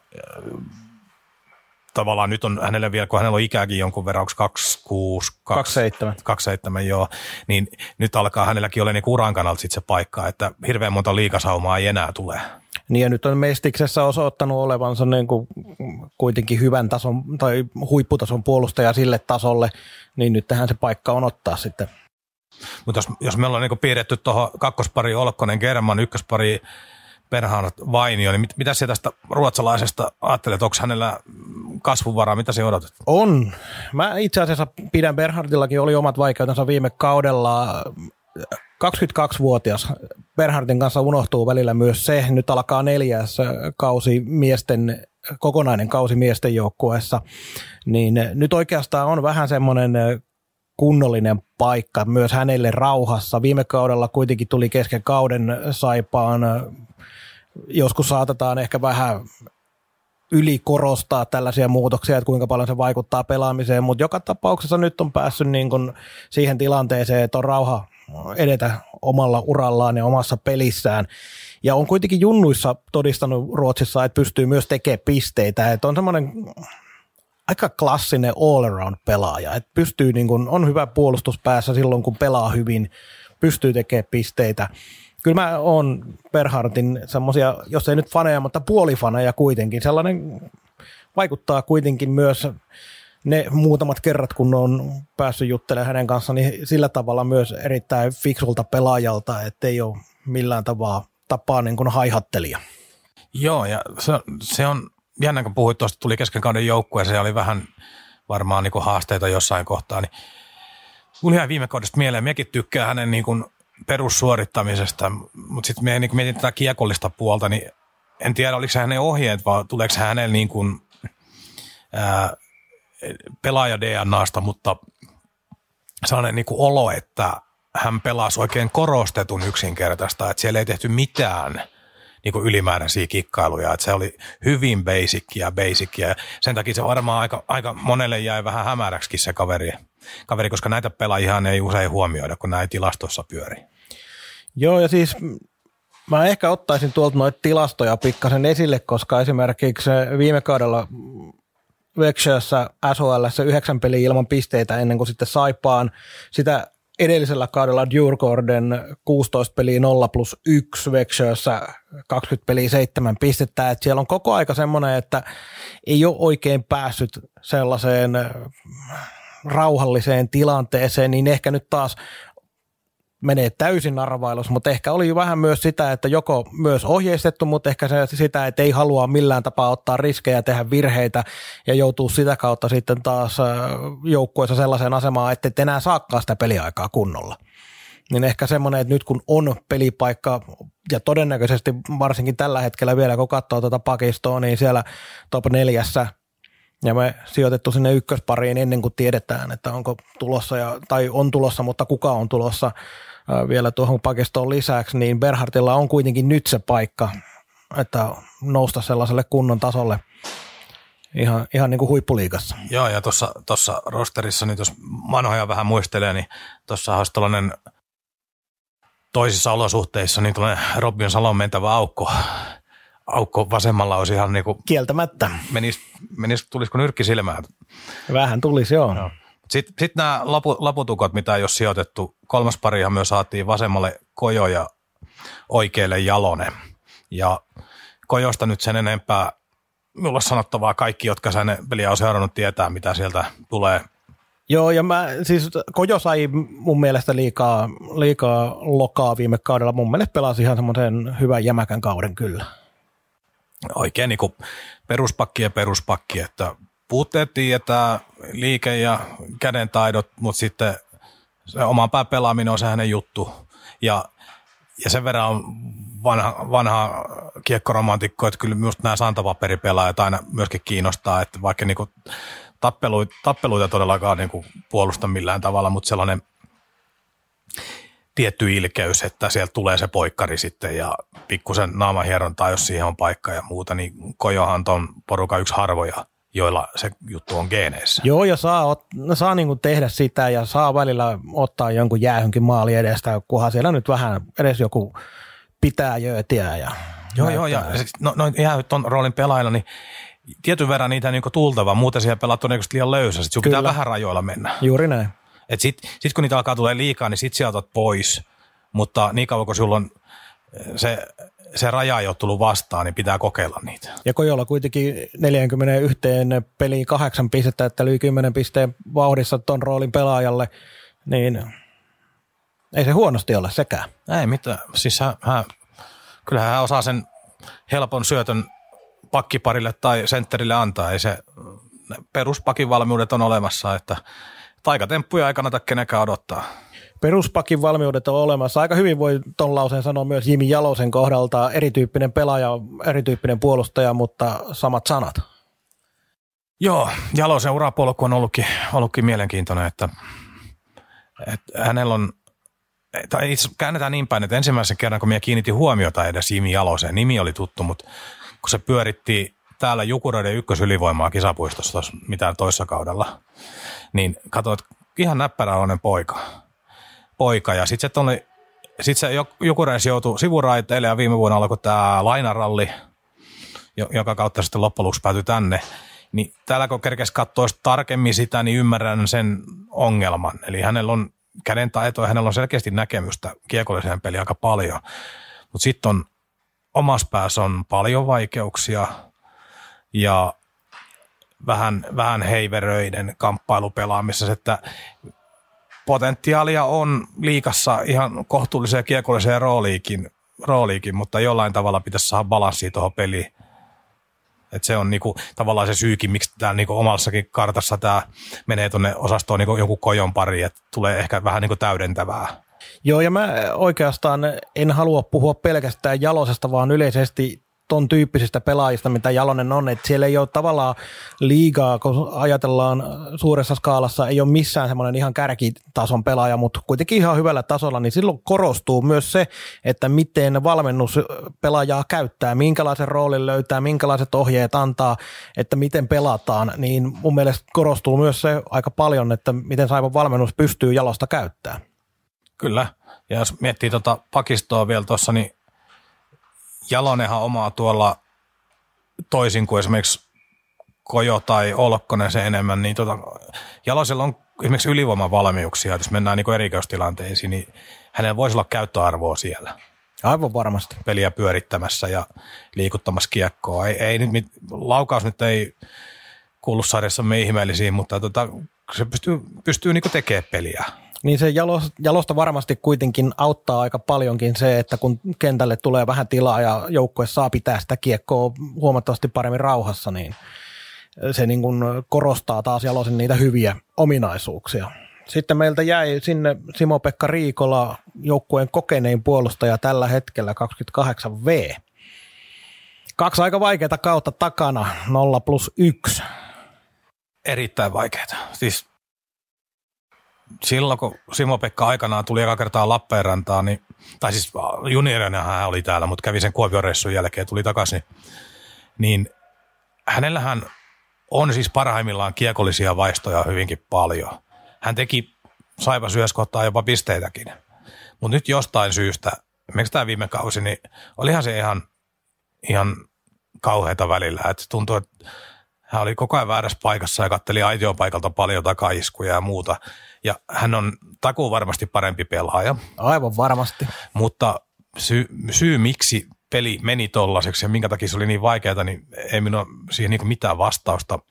tavallaan nyt on hänelle vielä, kun hänellä on ikääkin jonkun verran, onko kaksikymmentäkuusi, kaksikymmentäseitsemän, joo, niin nyt alkaa hänelläkin olla niinku uran kannalta sit se paikka, että hirveän monta liigasaumaa ei enää tule. Niin ja nyt on Mestiksessä osoittanut olevansa niin kuin kuitenkin hyvän tason tai huipputason puolustaja sille tasolle, niin nyt tähän se paikka on ottaa sitten. Mutta jos, jos meillä on niin kuin piirretty tuohon kakkospari Olkkonen, German, ykköspari Bernhard Vainio, niin mit, mitä sinä tästä ruotsalaisesta ajattelet? Onko hänellä kasvuvaraa? Mitä sinä odotat? On. Mä itse asiassa pidän, Bernhardillakin oli omat vaikeutensa viime kaudella. kaksikymmentäkaksivuotias Bernhardin kanssa unohtuu välillä myös se. Nyt alkaa neljäs kausi miesten, kokonainen kausi miesten joukkueessa. Niin nyt oikeastaan on vähän semmoinen kunnollinen paikka myös hänelle rauhassa. Viime kaudella kuitenkin tuli kesken kauden Saipaan. Joskus saatetaan ehkä vähän ylikorostaa tällaisia muutoksia, että kuinka paljon se vaikuttaa pelaamiseen, mutta joka tapauksessa nyt on päässyt niin kuin siihen tilanteeseen, että on rauha edetä omalla urallaan ja omassa pelissään. Ja on kuitenkin junnuissa todistanut Ruotsissa, että pystyy myös tekemään pisteitä, että on semmoinen aika klassinen all-around-pelaaja, että pystyy niin kuin, on hyvä puolustuspäässä silloin, kun pelaa hyvin, pystyy tekemään pisteitä. Kyllä mä oon Bernhardin semmoisia, jos ei nyt faneja, mutta puolifaneja kuitenkin. Sellainen vaikuttaa kuitenkin myös ne muutamat kerrat, kun on päässyt juttelemaan hänen kanssaan, niin sillä tavalla myös erittäin fiksulta pelaajalta, ettei ole millään tapaa, tapaa niin kuin haihattelija. Joo, ja se, se on jännä, kun puhuit tuosta, tuli kesken kauden joukkueeseen ja oli vähän varmaan niin kuin haasteita jossain kohtaa, niin mulla jäi viime kaudesta mieleen, minäkin tykkään hänen niin kuin perussuorittamisesta, mutta sitten me niin mietin tätä kiekollista puolta, niin en tiedä, oliko se hänen ohjeet, vai tuleeko se hänelle niin kuin, ää, pelaaja D N A:sta, mutta sellainen niin kuin olo, että hän pelasi oikein korostetun yksinkertaista, että siellä ei tehty mitään niin kuin ylimääräisiä kikkailuja, että se oli hyvin basicia, basicia, ja sen takia se varmaan aika, aika monelle jäi vähän hämäräksikin se kaveri, kaveri, koska näitä pelaajia ei usein huomioida, kun näin tilastossa pyörii. Joo, ja siis mä ehkä ottaisin tuolta noita tilastoja pikkasen esille, koska esimerkiksi viime kaudella Växjössä S H L:ssä yhdeksän peliä ilman pisteitä ennen kuin sitten Saipaan. Sitä edellisellä kaudella Djurgården kuusitoista peliä nolla plus yksi, Växjössä kaksikymmentä peliä seitsemän pistettä. Et siellä on koko aika semmoinen, että ei ole oikein päässyt sellaiseen rauhalliseen tilanteeseen, niin ehkä nyt taas menee täysin arvailus, mutta ehkä oli vähän myös sitä, että joko myös ohjeistettu, mutta ehkä se, sitä, että ei halua millään tapaa ottaa riskejä, tehdä virheitä ja joutuu sitä kautta sitten taas joukkueessa sellaiseen asemaan, että et enää saakaan sitä peliaikaa kunnolla. Niin ehkä semmoinen, että nyt kun on pelipaikka ja todennäköisesti varsinkin tällä hetkellä vielä, kun katsoo tuota pakistoa, niin siellä top neljässä ja me sijoitettu sinne ykköspariin ennen kuin tiedetään, että onko tulossa ja, tai on tulossa, mutta kuka on tulossa vielä tuohon pakistoon lisäksi, niin Bernhardilla on kuitenkin nyt se paikka, että nousta sellaiselle kunnon tasolle ihan, ihan niin kuin huippuliigassa. Joo, ja tuossa rosterissa, nyt jos vanhoja vähän muistelee, niin tuossa olisi tällainen toisissa olosuhteissa, niin tällainen Robin Salon mentävä aukko. Aukko vasemmalla olisi ihan niin kuin kieltämättä. Menis, menis, tulisiko nyrkki silmään? Vähän tulisi, joo. joo. Sitten sit nämä lapu, laputukot, mitä ei ole sijoitettu, kolmas parihan myös saatiin vasemmalle Kojo ja oikealle Jalonen. Ja Kojosta nyt sen enempää, minulla on sanottavaa, kaikki, jotka sen peliä on seurannut, tietää, mitä sieltä tulee. Joo, ja mä, siis Kojo sai mun mielestä liikaa, liikaa lokaa viime kaudella. Mun mielestä pelasi ihan semmoisen hyvän jämäkän kauden kyllä. Oikein niin kuin peruspakki ja peruspakki, että puutteet tietää, liike- ja kädentaidot, mutta sitten se oman pään pelaaminen on se hänen juttu. Ja, ja sen verran on vanha, vanha kiekkoromantikko, että kyllä myös nämä santapaperipelaajat aina myöskin kiinnostaa, että vaikka niinku tappeluita, tappeluita todellakaan niinku puolusta millään tavalla, mutta sellainen tietty ilkeys, että sieltä tulee se poikkari sitten ja pikkusen naamahierontaa, jos siihen on paikka ja muuta, niin Kojohan on porukan yksi harvoja, joilla se juttu on geeneissä. Joo, ja saa, saa niin kuin tehdä sitä ja saa välillä ottaa jonkun jäähynkin maali edestä, kunhan siellä nyt vähän edes joku pitää jöötiä. Ja joo, joo, ja no, no jäähyt ton roolin pelaajilla, niin tietyn verran niitä niin tultava, muuten siellä pelaat todennäköisesti liian löysä, sitten sun pitää vähän rajoilla mennä. Juuri näin. Sitten sit kun niitä alkaa tulee liikaa, niin sitten sieltä otat pois, mutta niin kauan kun sulla on se, se raja ei ole tullut vastaan, niin pitää kokeilla niitä. Ja Kojolla kuitenkin neljäkymmentäyksi peliin kahdeksan pistettä, että yli kymmenen pisteen vauhdissa ton roolin pelaajalle, niin ei se huonosti ole sekään. Ei mitään, siis hän, hän, kyllähän hän osaa sen helpon syötön pakkiparille tai sentterille antaa, ei se peruspakin valmiudet on olemassa, että taikatemppuja ei kannata kenenkään odottaa. Peruspakin valmiudet on olemassa. Aika hyvin voi ton lauseen sanoa myös Jimi Jalosen kohdalta. Erityyppinen pelaaja, erityyppinen puolustaja, mutta samat sanat. Joo, Jalosen urapolku on ollutkin, ollutkin mielenkiintoinen, että, että hänellä on, tai itse käännetään niin päin, että ensimmäisen kerran, kun minä kiinnitin huomiota edes Jimi Jaloseen, nimi oli tuttu, mutta kun se pyöritti täällä Jukureiden ykkösylivoimaa kisapuistossa tuossa mitään toissa kaudella, niin katsoit, ihan näppäräoloinen poika. poika. Ja sitten se, oli, sit se Jukureissa joutui sivuraiteille ja viime vuonna alkoi tämä lainaralli, joka kautta sitten loppujen lopuksi päätyi tänne. Niin täällä kun kerkesi katsoa tarkemmin sitä, niin ymmärrän sen ongelman. Eli hänellä on kädentaitoa ja hänellä on selkeästi näkemystä kiekolliseen peliin aika paljon. Mutta sitten on omassa päässä on paljon vaikeuksia ja vähän, vähän heiveröiden kamppailupelaamisessa, että potentiaalia on liigassa ihan kohtuulliseen kiekolliseen rooliikin, rooliikin, mutta jollain tavalla pitäisi saada balanssia tuohon peliin. Että se on niinku tavallaan se syykin, miksi tämä niinku omassakin kartassa tämä menee tuonne osastoon niinku joku Kojon pari, että tulee ehkä vähän niinku täydentävää. Joo, ja mä oikeastaan en halua puhua pelkästään Jalosesta, vaan yleisesti ton tyyppisistä pelaajista, mitä Jalonen on, että siellä ei ole tavallaan liigaa, kun ajatellaan suuressa skaalassa, ei ole missään semmoinen ihan kärkitason pelaaja, mutta kuitenkin ihan hyvällä tasolla, niin silloin korostuu myös se, että miten valmennus pelaajaa käyttää, minkälaisen roolin löytää, minkälaiset ohjeet antaa, että miten pelataan, niin mun mielestä korostuu myös se aika paljon, että miten Saipan valmennus pystyy Jalosta käyttämään. Kyllä, ja jos miettii tuota pakistoa vielä tuossa, niin Jalonenhan omaa tuolla toisin kuin esimerkiksi Kojo tai Olkkonen se enemmän, niin tuota, Jalosella on esimerkiksi ylivoimavalmiuksia, että jos mennään niin erikoistilanteisiin, niin hänellä voisi olla käyttöarvoa siellä. Aivan varmasti. Peliä pyörittämässä ja liikuttamassa kiekkoa. Ei, ei nyt, laukaus nyt ei kuulu sarjassamme ihmeellisiin, mutta tuota, se pystyy, pystyy niin tekemään peliä. Niin se Jalosta varmasti kuitenkin auttaa aika paljonkin se, että kun kentälle tulee vähän tilaa ja joukkue saa pitää sitä kiekkoa huomattavasti paremmin rauhassa, niin se niin kuin korostaa taas Jalosen niitä hyviä ominaisuuksia. Sitten meiltä jäi sinne Simo-Pekka Riikola, joukkueen kokenein puolustaja tällä hetkellä kaksikymmentäkahdeksan vuotta. Kaksi aika vaikeaa kautta takana, nolla plus yksi. Erittäin vaikeaa. Siis silloin, kun Simo-Pekka aikanaan tuli eka kertaa Lappeenrantaan, niin, tai siis juniorina hän oli täällä, mutta kävi sen Kuopion reissun jälkeen, tuli takaisin, niin hänellähän on siis parhaimmillaan kiekollisia vaistoja hyvinkin paljon. Hän teki Saipan syöskohtaa jopa pisteitäkin, mutta nyt jostain syystä, esimerkiksi tämä viime kausi, niin olihan se ihan, ihan kauheata välillä, että tuntui, että hän oli koko ajan väärässä paikassa ja katteli aition paikalta paljon takaiskuja ja muuta. Ja hän on takuu varmasti parempi pelaaja. Aivan varmasti. Mutta syy, syy miksi peli meni tollaiseksi ja minkä takia se oli niin vaikeaa, niin ei minun siihen niin mitään vastausta.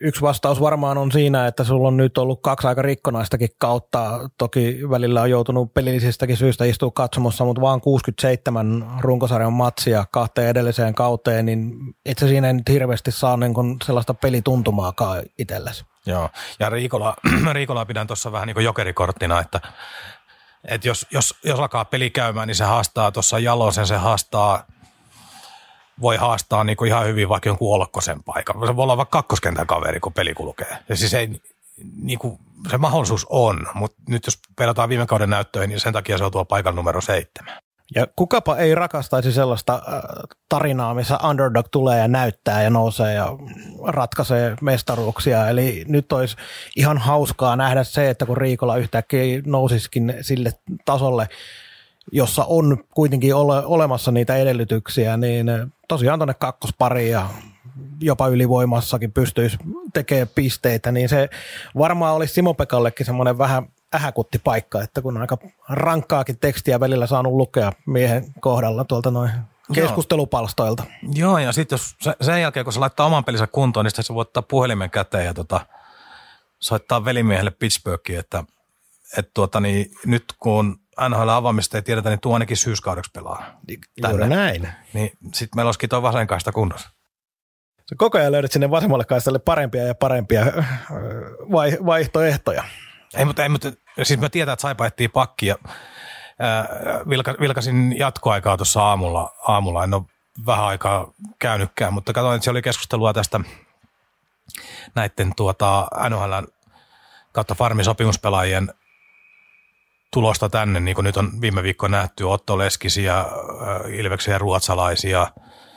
yksi vastaus varmaan on siinä, että sulla on nyt ollut kaksi aika rikkonaistakin kautta. Toki välillä on joutunut pelillisistäkin syistä istua katsomossa, mutta vaan kuusikymmentäseitsemän runkosarjan matsia kahteen edelliseen kauteen, niin et sä siinä nyt hirveästi saa niin kuin sellaista pelituntumaakaan itsellesi. Joo, ja Riikola, Riikola pidän tuossa vähän niin kuin jokerikorttina, että, että jos, jos, jos alkaa peli käymään, niin se haastaa tuossa Jalosen, se haastaa, voi haastaa niin kuin ihan hyvin vaikka jonkun Olkkosen paikan. Se voi olla vaikka kakkoskentän kaveri, kun peli kulkee. Ja siis ei, niin kuin, se mahdollisuus on, mutta nyt jos pelataan viime kauden näyttöön, niin sen takia se on tuolla paikan numero seitsemän. Ja kukapa ei rakastaisi sellaista tarinaa, missä underdog tulee ja näyttää ja nousee ja ratkaisee mestaruuksia. Eli nyt olisi ihan hauskaa nähdä se, että kun Riikola yhtäkkiä nousisikin sille tasolle, jossa on kuitenkin ole, olemassa niitä edellytyksiä, niin tosiaan tuonne kakkospariin ja jopa ylivoimassakin pystyisi tekemään pisteitä, niin se varmaan olisi Simo-Pekallekin semmoinen vähän ähäkuttipaikka, että kun aika rankkaakin tekstiä välillä saanut lukea miehen kohdalla tuolta noin keskustelupalstoilta. Joo, ja sitten jos sen jälkeen, kun se laittaa oman pelinsä kuntoon, niin se voi ottaa puhelimen käteen ja tota, soittaa velimiehelle Pittsburghiin, että, että tuota, niin, nyt kun N H L-avaamista ei tiedetä, niin tuo ainakin syyskaudeksi pelaa. Juuri näin. Niin sitten meillä olisikin tuo vasenkaista kunnossa. Sä koko ajan löydät sinne vasemmalle kaistalle parempia ja parempia vaihtoehtoja. Ei, mutta, ei, mutta siis mä tiedän, että Saipa etsii pakkia. Vilka, vilkasin jatkoaikaa tuossa aamulla, aamulla. En ole vähän aikaa käynytkään, mutta katsoin, että siellä oli keskustelua tästä näiden tuota, N H L kautta farmisopimuspelaajien tulosta tänne, niin kuin nyt on viime viikko nähty, Otto Leskisiä, Ilveksiä, ruotsalaisia,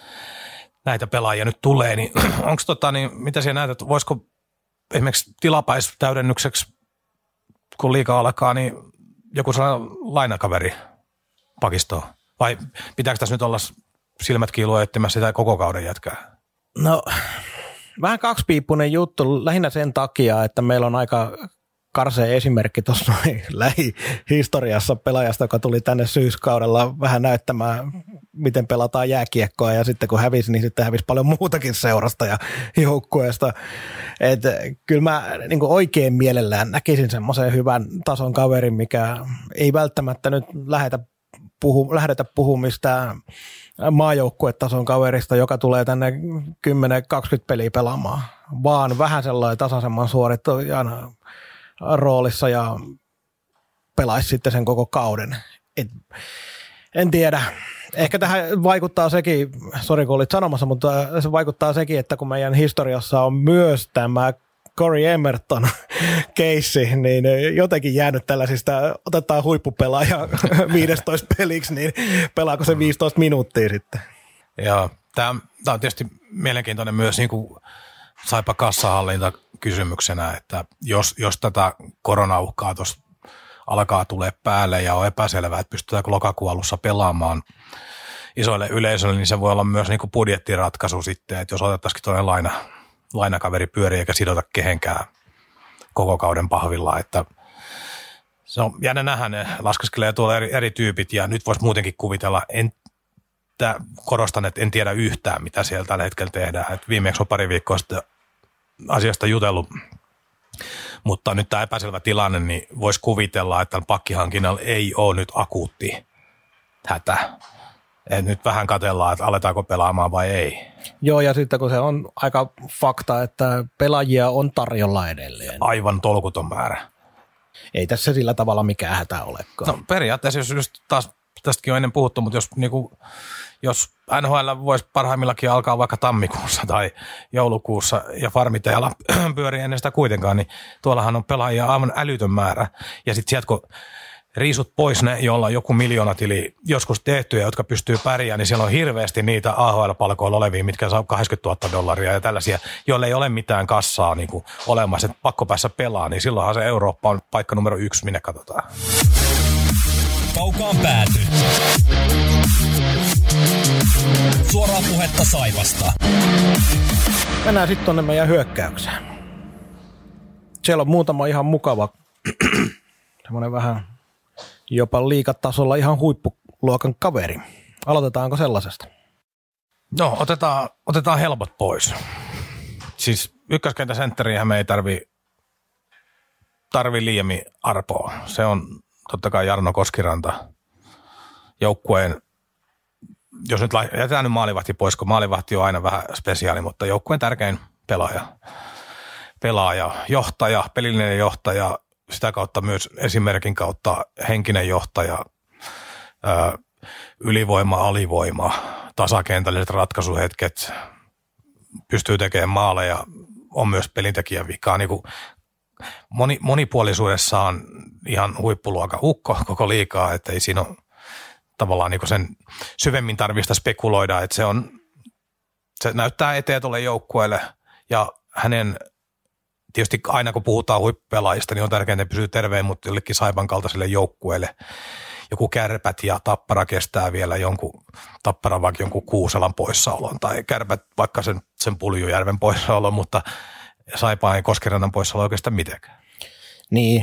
näitä pelaajia nyt tulee, niin onko tota, niin mitä siellä näet, että voisiko esimerkiksi tilapäistäydennykseksi, kun liiga alkaa, niin joku sellainen lainakaveri pakistoon? Vai pitääkö tässä nyt olla silmät kiilua etsimässä sitä koko kauden jätkää? No, vähän kaksipiippunen juttu lähinnä sen takia, että meillä on aika karsea esimerkki tuossa lähihistoriassa pelaajasta, joka tuli tänne syyskaudella vähän näyttämään, miten pelataan jääkiekkoa, ja sitten kun hävisi, niin sitten hävisi paljon muutakin seurasta ja joukkueesta. Että kyllä mä niin kuin oikein mielellään näkisin semmoisen hyvän tason kaverin, mikä ei välttämättä nyt lähetä puhu, lähdetä puhumista maajoukkuetason kaverista, joka tulee tänne kymmenen kaksikymmentä peliä pelaamaan, vaan vähän sellainen tasaisemman suorittajan roolissa ja pelaisi sitten sen koko kauden. Et, en tiedä. Ehkä tähän vaikuttaa sekin, sori kun olit sanomassa, mutta se vaikuttaa sekin, että kun meidän historiassa on myös tämä Corey Emerton keissi, niin jotenkin jäänyt tällaisista, otetaan huippupelaaja viisitoista peliksi, niin pelaako se viisitoista minuuttia sitten? Joo, tämä on tietysti mielenkiintoinen myös niin kuin Saipa kassahallinta kysymyksenä, että jos, jos tätä koronauhkaa tuossa alkaa tulee päälle ja on epäselvää, että pystytäänkö lokakuun alussa pelaamaan isoille yleisöille, niin se voi olla myös niin kuin budjettiratkaisu sitten, että jos otettaisiin tuollainen laina, lainakaveri pyörii eikä sidota kehenkään koko kauden pahvilla, että se on jännä nähdä, ne laskeskelee tuolla eri, eri tyypit ja nyt voisi muutenkin kuvitella, en, että korostan, että en tiedä yhtään, mitä siellä tällä hetkellä tehdään, että viimeksi on pari viikkoa sitten asiasta jutellut, mutta nyt tämä epäselvä tilanne, niin voisi kuvitella, että pakkihankinnalla ei ole nyt akuutti hätä. Et nyt vähän katsellaan, että aletaanko pelaamaan vai ei. Joo, ja sitten kun se on aika fakta, että pelaajia on tarjolla edelleen. Aivan tolkuton määrä. Ei tässä sillä tavalla mikään hätä olekaan. No periaatteessa, jos just taas tästäkin on ennen puhuttu, mutta jos, niin kuin, jos N H L voisi parhaimmillakin alkaa vaikka tammikuussa tai joulukuussa ja farmit ei ala pyöriä ennen sitä kuitenkaan, niin tuollahan on pelaajia aivan älytön määrä. Ja sitten sieltä kun riisut pois ne, joilla on joku miljoonatili joskus tehty ja jotka pystyy pärjäämään, niin siellä on hirveästi niitä A H L-palkoilla olevia, mitkä saa kahdeksankymmentätuhatta dollaria ja tällaisia, joille ei ole mitään kassaa niin kuin olemassa, että pakko päässä pelaa, niin silloinhan se Eurooppa on paikka numero yksi, minne katsotaan. Kaukaan pääty. Suoraa puhetta Saivasta. Mennään sitten tuonne meidän hyökkäykseen. Siellä on muutama ihan mukava, semmoinen vähän jopa liigatasolla ihan huippuluokan kaveri. Aloitetaanko sellaisesta? No, otetaan, otetaan helpot pois. siis ykköskentäsentteriähän me ei tarvi, tarvi Liemi arpoa. Se on totta kai Jarno Koskiranta joukkueen, jos nyt jätetään nyt maalivahti pois, kun maalivahti on aina vähän spesiaali, mutta joukkueen tärkein pelaaja, pelaaja, johtaja, pelillinen johtaja, sitä kautta myös esimerkin kautta henkinen johtaja, ää, ylivoima, alivoima, tasakentälliset ratkaisuhetket, pystyy tekemään maaleja, on myös pelintekijän vikaa. Niin kuin moni, monipuolisuudessaan ihan huippuluokan ukko koko liikaa, että ei siinä ole tavallaan niin kuin sen syvemmin tarvista spekuloida, että se, on, se näyttää eteen tuolle joukkueelle ja hänen, tietysti aina kun puhutaan huippupelaajista, niin on tärkeintä, että pysyy terveen, mutta jollekin Saipan kaltaiselle joukkueelle joku Kärpät ja Tappara kestää vielä jonkun, Tappara vaikka jonkun Kuuselan poissaolon tai Kärpät vaikka sen, sen Puljujärven poissaolon, mutta Saipa ei Koskirannan poissaolo oikeastaan mitenkään. Niin,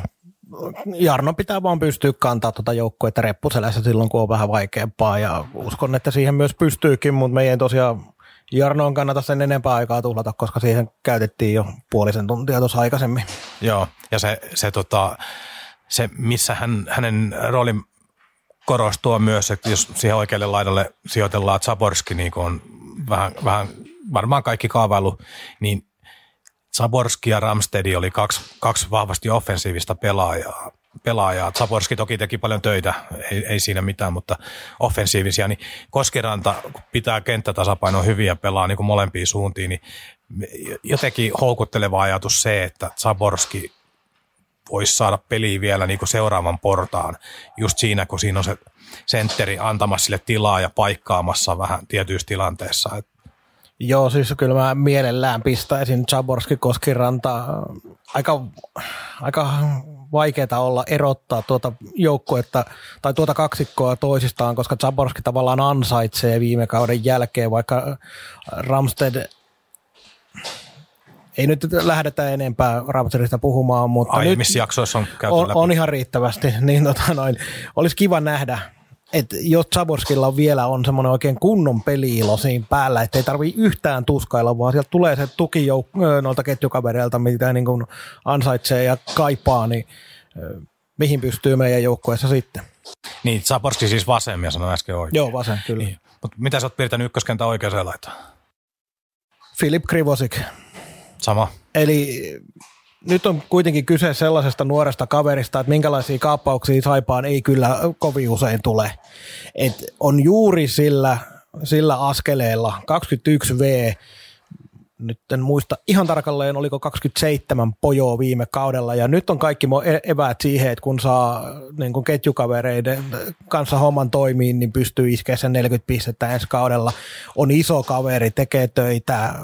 Jarno pitää vaan pystyä kantaa tuota joukkuetta reppuselässä silloin, kun on vähän vaikeampaa ja uskon, että siihen myös pystyykin, mutta meidän tosiaan Jarnoon kannata sen enempää aikaa tuhlata, koska siihen käytettiin jo puolisen tuntia tuossa aikaisemmin. Joo, ja se, se, tota, se missä hän, hänen roolin korostuu myös, että jos siihen oikealle laidalle sijoitellaan Zaborski, niin kuin on vähän, vähän varmaan kaikki kaavailu, niin Zaborski ja Ramstedi oli kaksi, kaksi vahvasti offensiivista pelaajaa. pelaajaa. Zaborski toki teki paljon töitä, ei, ei siinä mitään, mutta offensiivisia. Niin Koskiranta pitää kenttätasapainoa hyviä pelaa niin kuin molempiin suuntiin, niin jotenkin houkutteleva ajatus se, että Zaborski voisi saada peliä vielä niin kuin seuraavan portaan just siinä, kun siinä on se sentteri antamassa sille tilaa ja paikkaamassa vähän tietyissä tilanteissa. Joo, siis kyllä mä mielellään pistäisin Zaborski Koskiranta. Aika, aika vaikeaa olla erottaa tuota joukkuetta tai tuota kaksikkoa toisistaan, koska Zaborski tavallaan ansaitsee viime kauden jälkeen, vaikka Ramsted, ei nyt lähdetä enempää Ramstedista puhumaan, mutta aiemmissa jaksoissa on käyty on, läpi. On ihan riittävästi, niin tota noin, olisi kiva nähdä, että jos Zaborskilla vielä on semmoinen oikein kunnon peli-ilo siinä päällä, että ei tarvitse yhtään tuskailla, vaan sieltä tulee se tuki jouk- noilta ketjukavereilta, mitä niin kuin ansaitsee ja kaipaa, niin mihin pystyy meidän joukkueessa sitten? Niin, Zaborski siis vasen, ja sanoin äsken oikein. Joo, vasen, kyllä. Niin. Mutta mitä sä oot piirtänyt ykköskentän oikeaan laitaan? Filip Krivosik. Sama. Eli nyt on kuitenkin kyse sellaisesta nuoresta kaverista, että minkälaisia kaappauksia Saipaan ei kyllä kovin usein tule. Et on juuri sillä, sillä askeleella kaksikymmentäyksi vuotta, nyt en muista ihan tarkalleen, oliko kaksikymmentäseitsemän pojoa viime kaudella, ja nyt on kaikki eväät siihen, että kun saa niin kun ketjukavereiden kanssa homman toimiin, niin pystyy iskeä sen neljäkymmentä pistettä ensi kaudella. On iso kaveri, tekee töitä,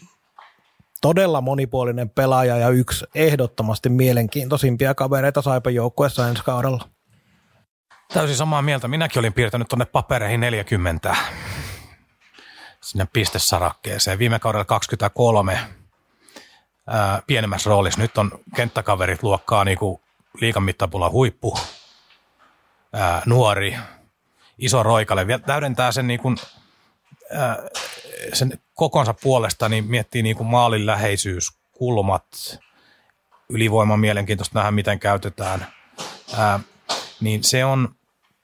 todella monipuolinen pelaaja ja yksi ehdottomasti mielenkiintoisimpia kavereita Saipan joukkueessa ensi kaudella. Täysin samaa mieltä. Minäkin olin piirtänyt tuonne papereihin neljäkymmentä sinne pistesarakkeeseen. Viime kaudella kaksikymmentäkolme ää, pienemmässä roolissa. Nyt on kenttäkaverit luokkaa niin kuin liigan mittapulla huippu, ää, nuori, iso roikale. Vielä täydentää sen, niin kuin, ää, sen kokonsa puolesta, niin miettii niin kuin maalin läheisyys, kulmat, ylivoiman mielenkiintoista nähdä, miten käytetään. Ää, niin se on,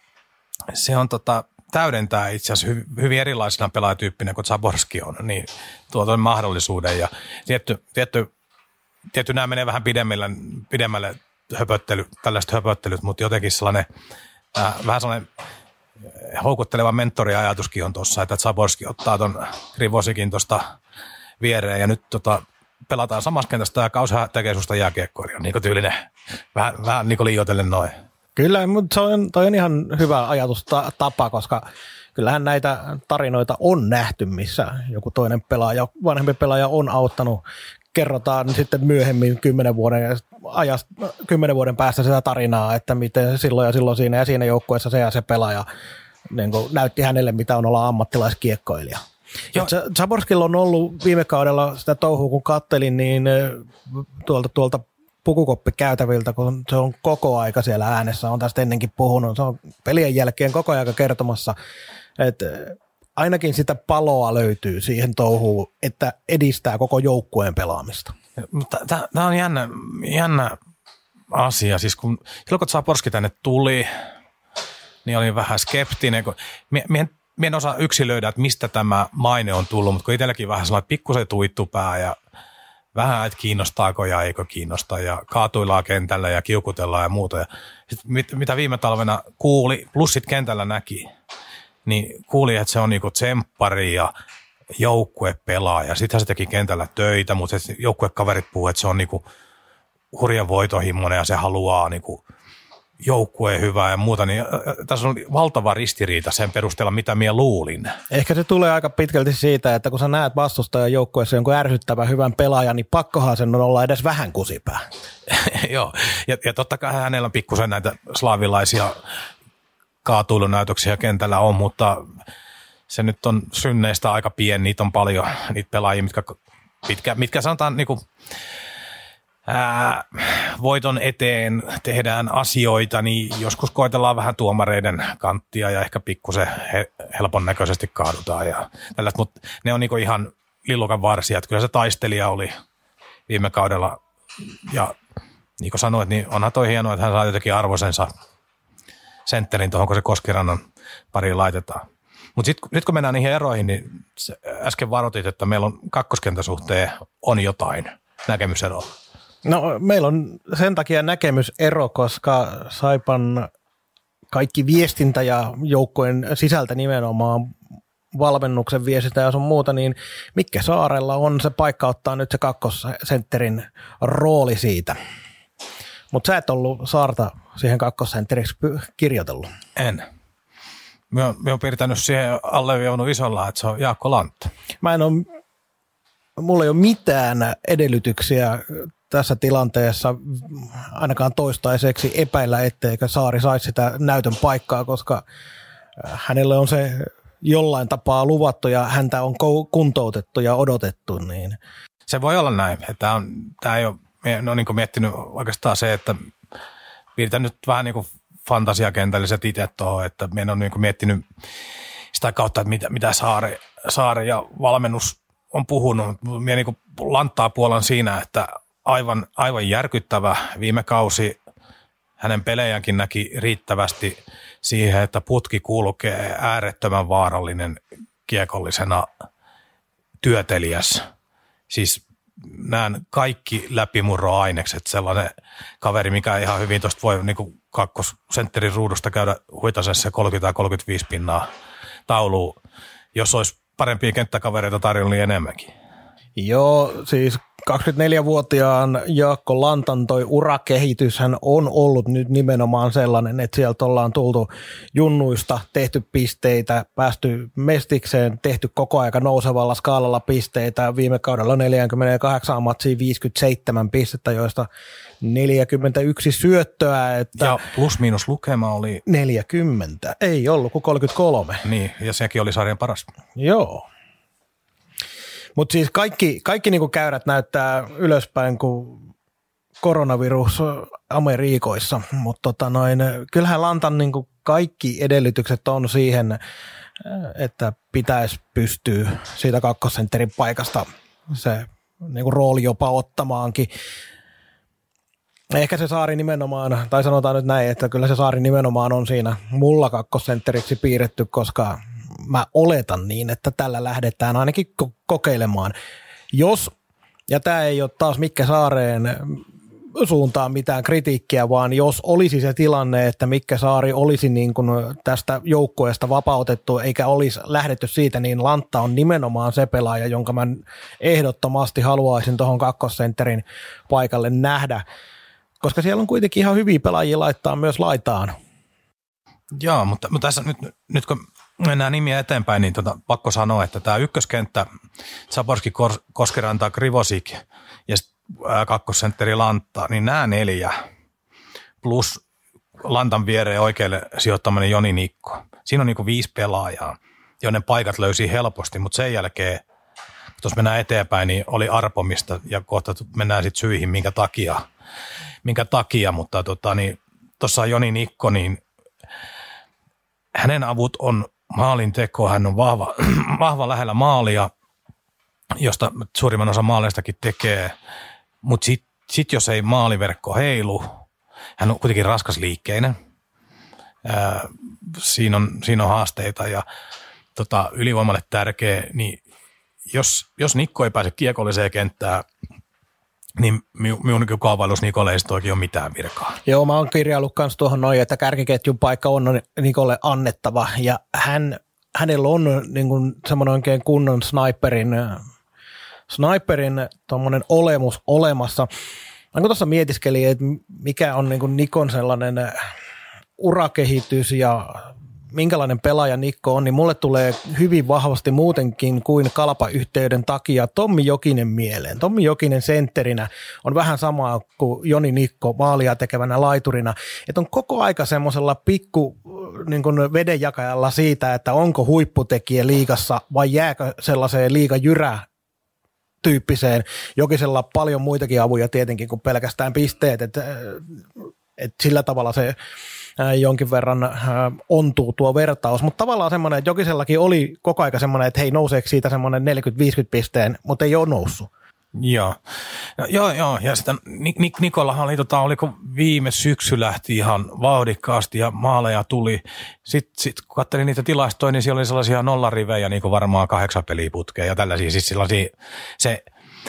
se on tota, täydentää itse asiassa hy, hyvin erilaisena pelaajatyyppinä kuin Zaborski on, niin tuo tuon mahdollisuuden. Ja tietty, tietty, tietty nämä menee vähän pidemmälle, pidemmälle höpöttely, tällaiset höpöttelyt, mutta jotenkin sellainen, ää, vähän sellainen houkutteleva mentoriajatuskin on tuossa, että Zaborski ottaa ton Krivosikin tuosta viereen ja nyt tota, pelataan samassa kentästä ja kausi tekee susta jääkiekkoa, niin kuin tyylinen, vähän, vähän niin kuin liioitellen noin. Kyllä, mutta se on, toi on ihan hyvä ajatustapa, koska kyllähän näitä tarinoita on nähty, missä joku toinen pelaaja, vanhempi pelaaja on auttanut. Kerrotaan sitten myöhemmin kymmenen vuoden, ajasta, kymmenen vuoden päästä sitä tarinaa, että miten silloin ja silloin siinä ja siinä joukkueessa se ja se pelaaja niin kuin näytti hänelle, mitä on olla ammattilaiskiekkoilija. Zaborskilla on ollut viime kaudella sitä touhua, kun kattelin, niin tuolta, tuolta pukukoppikäytäviltä, kun se on koko aika siellä äänessä, on tästä ennenkin puhunut, se on pelien jälkeen koko ajan kertomassa, että ainakin sitä paloa löytyy siihen touhuun, että edistää koko joukkueen pelaamista. Tämä on jännä, jännä asia. Siis kun, silloin kun Zaborski tänne tuli, niin olin vähän skeptinen. Mie, mie, mie en osaa yksilöidä, että mistä tämä maine on tullut, mutta kun itselläkin vähän sellainen pikkusen tuittupää ja vähän, että kiinnostaako ja eikö kiinnosta ja kaatuillaan kentällä ja kiukutellaan ja muuta. Ja sit, mit, mitä viime talvena kuuli, plus sit kentällä näki, niin kuuli, että se on niinku tsemppari ja joukkuepelaaja. Sittenhän se teki kentällä töitä, mutta joukkuekaverit puhuu, että se on niinku hurjan voitohimmoinen ja se haluaa niinku joukkueen hyvää ja muuta. Niin tässä on valtava ristiriita sen perusteella, mitä minä luulin. Ehkä se tulee aika pitkälti siitä, että kun sä näet vastustajan joukkueessa jonkun ärsyttävän hyvän pelaajan, niin pakkohan sen on olla edes vähän kusipää. Joo, ja, ja totta kai hänellä on pikkusen näitä slaavilaisia kaatuilunäytöksiä kentällä on, mutta se nyt on synneistä aika pieni, niitä on paljon, niitä pelaajia, mitkä, mitkä, mitkä sanotaan niinku, ää, voiton eteen tehdään asioita, niin joskus koetellaan vähän tuomareiden kanttia ja ehkä pikkusen he, helpon näköisesti kaadutaan ja tällaista, mutta ne on niinku ihan lillukan varsia, että kyllä se taistelija oli viime kaudella ja niin kuin sanoit, niin onhan toi hienoa, että hän saa jotenkin arvoisensa sentterin tuohon, kun se Koskirannan pariin laitetaan. Mutta sitten sit kun mennään niihin eroihin, niin äsken varoitit, että meillä on kakkoskentäsuhteen on jotain näkemyseroa. No meillä on sen takia näkemysero, koska Saipan kaikki viestintä ja joukkojen sisältä nimenomaan valmennuksen viestintä ja sun muuta, niin Mikke Saarella on se paikka ottaa nyt se kakkosentterin rooli siitä. Mutta sä et ollut Saarta siihen kakkosentteriksi kirjoitellut. En. Me on, me on piirtänyt siihen alleviivannut isolla, että se on Jaakko Lantta. Mä en ole, mulla ei ole mitään edellytyksiä tässä tilanteessa ainakaan toistaiseksi epäillä, etteikö Saari saisi sitä näytön paikkaa, koska hänelle on se jollain tapaa luvattu ja häntä on kuntoutettu ja odotettu. Niin. Se voi olla näin. Tämä on, tämä ei ole, me on niin kuin miettinyt oikeastaan se, että piirtän nyt vähän niin kuin fantasiakentälliset itse tuohon, että me on niin kuin miettinyt sitä kautta, että mitä, mitä Saari, Saari ja valmennus on puhunut. Minä niin kuin lanttaa puolan siinä, että aivan, aivan järkyttävä viime kausi hänen pelejänkin näki riittävästi siihen, että putki kulkee äärettömän vaarallinen kiekollisena työtelijäs. Siis näen kaikki läpimurroainekset, sellainen kaveri, mikä ihan hyvin tuosta voi niin kuin kakkosentterin ruudusta käydä huitasessa kolmekymmentä kolmekymmentäviisi pinnaa tauluun, jos olisi parempia kenttäkavereita tarjolla niin enemmänkin. Joo, siis kaksikymmentäneljävuotiaan Jaakko Lantan toi urakehityshän on ollut nyt nimenomaan sellainen, että sieltä ollaan tultu junnuista, tehty pisteitä, päästy mestikseen, tehty koko aika nousevalla skaalalla pisteitä. Viime kaudella neljäkymmentäkahdeksan matsiin viisikymmentäseitsemän pistettä, joista neljäkymmentäyksi syöttöä. Että ja plus miinus lukema oli neljäkymmentä, ei ollut kuin kolmekymmentäkolme. Niin, ja sekin oli sarjan paras. Joo. Mutta siis kaikki, kaikki niinku käyrät näyttää ylöspäin kuin koronavirus Amerikoissa, mutta tota noin, kyllähän Lantan niinku kaikki edellytykset on siihen, että pitäisi pystyä siitä kakkosentterin paikasta se niinku rooli jopa ottamaankin. Ehkä se Saari nimenomaan, tai sanotaan nyt näin, että kyllä se Saari nimenomaan on siinä mulla kakkosentteriksi piirretty, koska mä oletan niin, että tällä lähdetään ainakin ko- kokeilemaan. Jos, ja tämä ei ole taas Mikke Saareen suuntaan mitään kritiikkiä, vaan jos olisi se tilanne, että Mikke Saari olisi niin kuin tästä joukkueesta vapautettu eikä olisi lähdetty siitä, niin Lantta on nimenomaan se pelaaja, jonka mä ehdottomasti haluaisin tuohon kakkosentterin paikalle nähdä, koska siellä on kuitenkin ihan hyviä pelaajia laittaa myös laitaan. Joo, mutta, mutta tässä nyt, nyt kun mennään nimiä eteenpäin, niin tota, pakko sanoa, että tämä ykköskenttä, Zaborski, Koskiranta, Krivosik ja kakkosentteri Lantta, niin nämä neljä plus Lantan viereen oikealle sijoittaminen Joni Nikko. Siinä on niin kuin viisi pelaajaa, joiden paikat löysi helposti, mutta sen jälkeen, kun tuossa mennään eteenpäin, niin oli arpomista ja kohta mennään sitten syihin, minkä takia, minkä takia mutta tota, niin, tuossa Joni Nikko, niin hänen avut on maalin teko, hän on vahva, vahva lähellä maalia, josta suurimman osa maaleistakin tekee, mutta sitten sit jos ei maaliverkko heilu, hän on kuitenkin raskasliikkeinen, ää, siinä, on, siinä on haasteita ja tota, ylivoimalle tärkeä, niin jos, jos Nikko ei pääse kiekolliseen kenttään, niin minun kaavailus Nikolle ei toki ole mitään virkaa. Joo, mä oon kirjaillut myös tuohon noin, että kärkiketjun paikka on Nikolle annettava ja hän, hänellä on niin kuin semmoinen oikein kunnon sniperin, sniperin tommoinen olemus olemassa. Mä tuossa mietiskelin, että mikä on niin kuin Nikon sellainen urakehitys ja minkälainen pelaaja Nikko on, niin mulle tulee hyvin vahvasti muutenkin kuin Kalpa-yhteyden takia Tommi Jokinen mieleen. Tommi Jokinen sentterinä on vähän samaa kuin Joni Nikko maalia tekevänä laiturina, että on koko aika semmoisella pikku niin kuin vedenjakajalla siitä, että onko huipputekijä liigassa vai jääkö sellaiseen liigajyrä tyyppiseen. Jokisella paljon muitakin avuja tietenkin kuin pelkästään pisteet, että, että sillä tavalla se jonkin verran ontuu tuo vertaus, mutta tavallaan semmoinen, että Jokisellakin oli koko aika semmoinen, että hei, nouseeko siitä semmoinen neljäkymmentä viisikymmentä pisteen, mutta ei ole noussut. Joo, no, joo, joo. Ja sitten Nik- Nikollahan oli, tota, oliko viime syksy lähti ihan vauhdikkaasti ja maaleja tuli. Sitten sit, kun katselin niitä tilastoja, niin siellä oli sellaisia nollarivejä, niin kuin varmaan kahdeksan peliputkea ja tällaisia, siis sellaisia, se,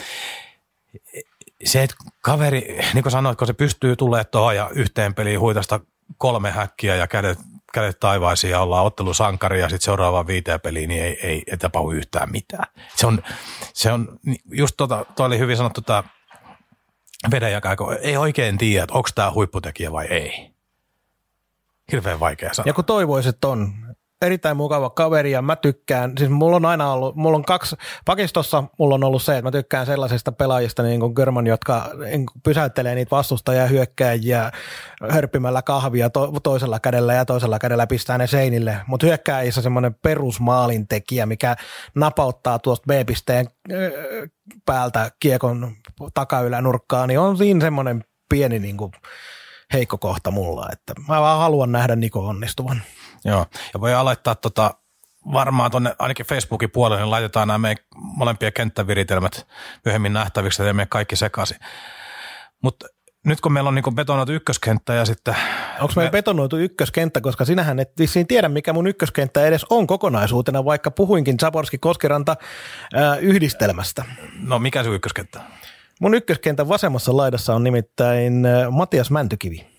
se että kaveri, niin kuin sanoit, kun se pystyy tulemaan tuohon ja yhteen peliin huitasta kolme häkkiä ja kädet, kädet taivaisiin ja ollaan ottelusankari ja sitten seuraavaan viiteen peliin, niin ei, ei, ei tapahdu yhtään mitään. Se on, se on just tota, toi oli hyvin sanottu tämä vedenjakaja, kun ei oikein tiedä, että onko tämä huipputekijä vai ei. Hirveän vaikea sanoa. Ja kun toivoisit, että on erittäin mukava kaveri ja mä tykkään, siis mulla on aina ollut, mulla on kaksi, pakistossa mulla on ollut se, että mä tykkään sellaisista pelaajista niin kuin Görman, jotka niin kuin pysäyttelee niitä vastustajia hyökkääjiä hörppimällä kahvia to, toisella kädellä ja toisella kädellä pistää ne seinille, mutta hyökkääjissä semmoinen perusmaalintekijä, mikä napauttaa tuosta B-pisteen päältä kiekon takaylänurkkaan, niin on siinä semmoinen pieni niin kuin heikko kohta mulla, että mä vaan haluan nähdä Niko onnistuvan. Joo, ja voi aloittaa tota, varmaan tuonne ainakin Facebookin puolelle, niin laitetaan nämä meidän molempia kenttäviritelmät myöhemmin nähtäviksi, että me kaikki sekaisin. Mutta nyt kun meillä on niinku betonoitu ykköskenttä ja sitten... Onko meillä me... betonoitu ykköskenttä, koska sinähän et vissiin tiedä, mikä mun ykköskenttä edes on kokonaisuutena, vaikka puhuinkin Zaborski-Koskiranta ää, yhdistelmästä. No mikä se ykköskenttä? Mun ykköskentän vasemmassa laidassa on nimittäin Matias Mäntykivi.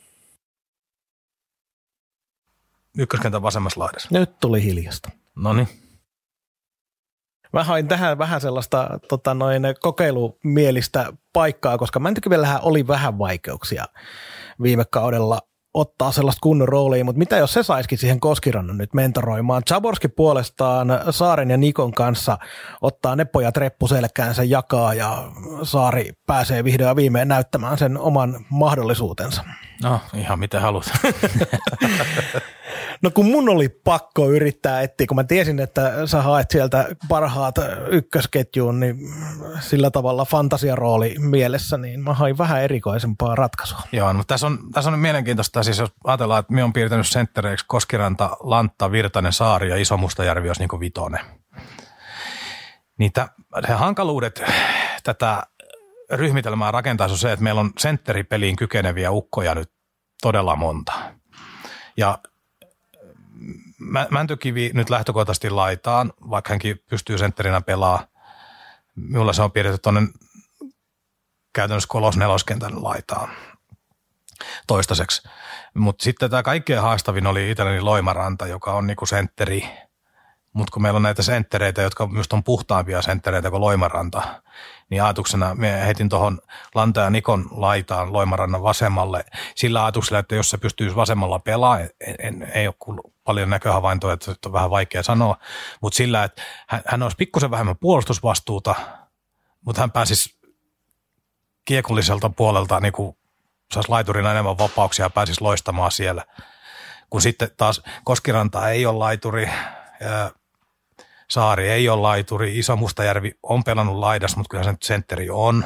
Ykköskentän vasemmassa laidassa. Nyt tuli hiljasta. Noniin. Mä hain tähän vähän sellaista tota noin, kokeilumielistä paikkaa, koska Mäntykivellähän oli vähän vaikeuksia viime kaudella ottaa sellaista kunnon roolia, mutta mitä jos se saisikin siihen Koskirannan nyt mentoroimaan? Zaborski puolestaan Saaren ja Nikon kanssa ottaa ne pojat reppuselkäänsä, jakaa ja Saari pääsee vihdoin ja viimein näyttämään sen oman mahdollisuutensa. No ihan mitä haluat. No kun mun oli pakko yrittää etsiä, kun mä tiesin, että sä haet sieltä parhaat ykkösketjuun, niin sillä tavalla fantasiarooli mielessä, niin mä hain vähän erikoisempaa ratkaisua. Joo, mutta tässä on, tässä on mielenkiintoista, siis jos ajatellaan, että minä olen piirtänyt senttereiksi Koskiranta, Lantta, Virtanen, Saari ja Iso Mustajärvi olisi niin kuin vitonen. Niitä hankaluudet tätä ryhmitelmää rakentaisi on se, että meillä on sentteripeliin kykeneviä ukkoja nyt todella monta. Ja Mäntykivi nyt lähtökohtaisesti laitaan, vaikka hänkin pystyy sentterinä pelaamaan. Minulla se on piirretty tuonne käytännössä kolos-neloskentän laitaan toistaiseksi. Mutta sitten tämä kaikkein haastavin oli itselleni Loimaranta, joka on niinku sentteri. Mutta kun meillä on näitä senttereitä, jotka myös on puhtaampia senttereitä kuin Loimaranta, niin ajatuksena me heitin tuohon Lanta ja Nikon laitaan Loimarannan vasemmalle sillä ajatuksella, että jos se pystyisi vasemmalla pelaamaan, en, en, ei ole kuullut paljon näköhavaintoja, että on vähän vaikea sanoa, mutta sillä, että hän, hän olisi pikkusen vähemmän puolustusvastuuta, mutta hän pääsisi kiekolliselta puolelta, niin kuin saisi laiturina enemmän vapauksia ja pääsisi loistamaan siellä, kun sitten taas Koskiranta ei ole laituri, ja Saari ei ole laituri, Iso Mustajärvi on pelannut laidassa, mutta kyllä se nyt sentteri on.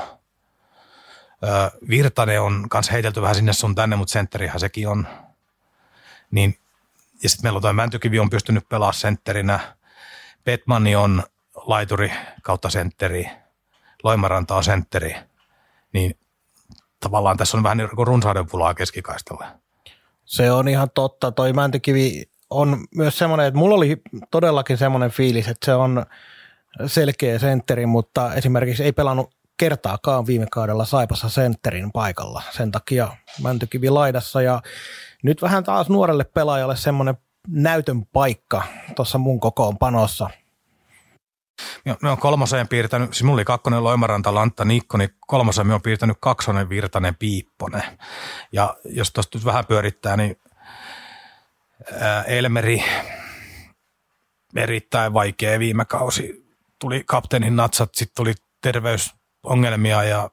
Virtanen on kanssa heitelty vähän sinne sun tänne, mutta sentterihän sekin on. Niin ja sitten meillä on toi Mäntykivi on pystynyt pelaamaan sentterinä. Petmani on laituri kautta sentteri. Loimaranta on sentteri. Niin tavallaan tässä on vähän niin kuin runsauden pulaa keskikaistalla. Se on ihan totta. Toi Mäntykivi on myös semmoinen, että mulla oli todellakin semmoinen fiilis, että se on selkeä sentteri, mutta esimerkiksi ei pelannut kertaakaan viime kaudella Saipassa sentterin paikalla. Sen takia Mäntykivi laidassa ja nyt vähän taas nuorelle pelaajalle semmoinen näytön paikka tuossa mun kokoonpanossa. Me on kolmoseen piirtänyt, siis mulla oli kakkonen Loimaranta, Lantta, Nikko, niin kolmoseen me on piirtänyt kaksonen, Virtanen, Piipponen. Ja jos tuosta nyt vähän pyörittää, niin ää, Elmeri erittäin vaikea viime kausi. Tuli kapteenin natsat, sitten tuli terveysongelmia ja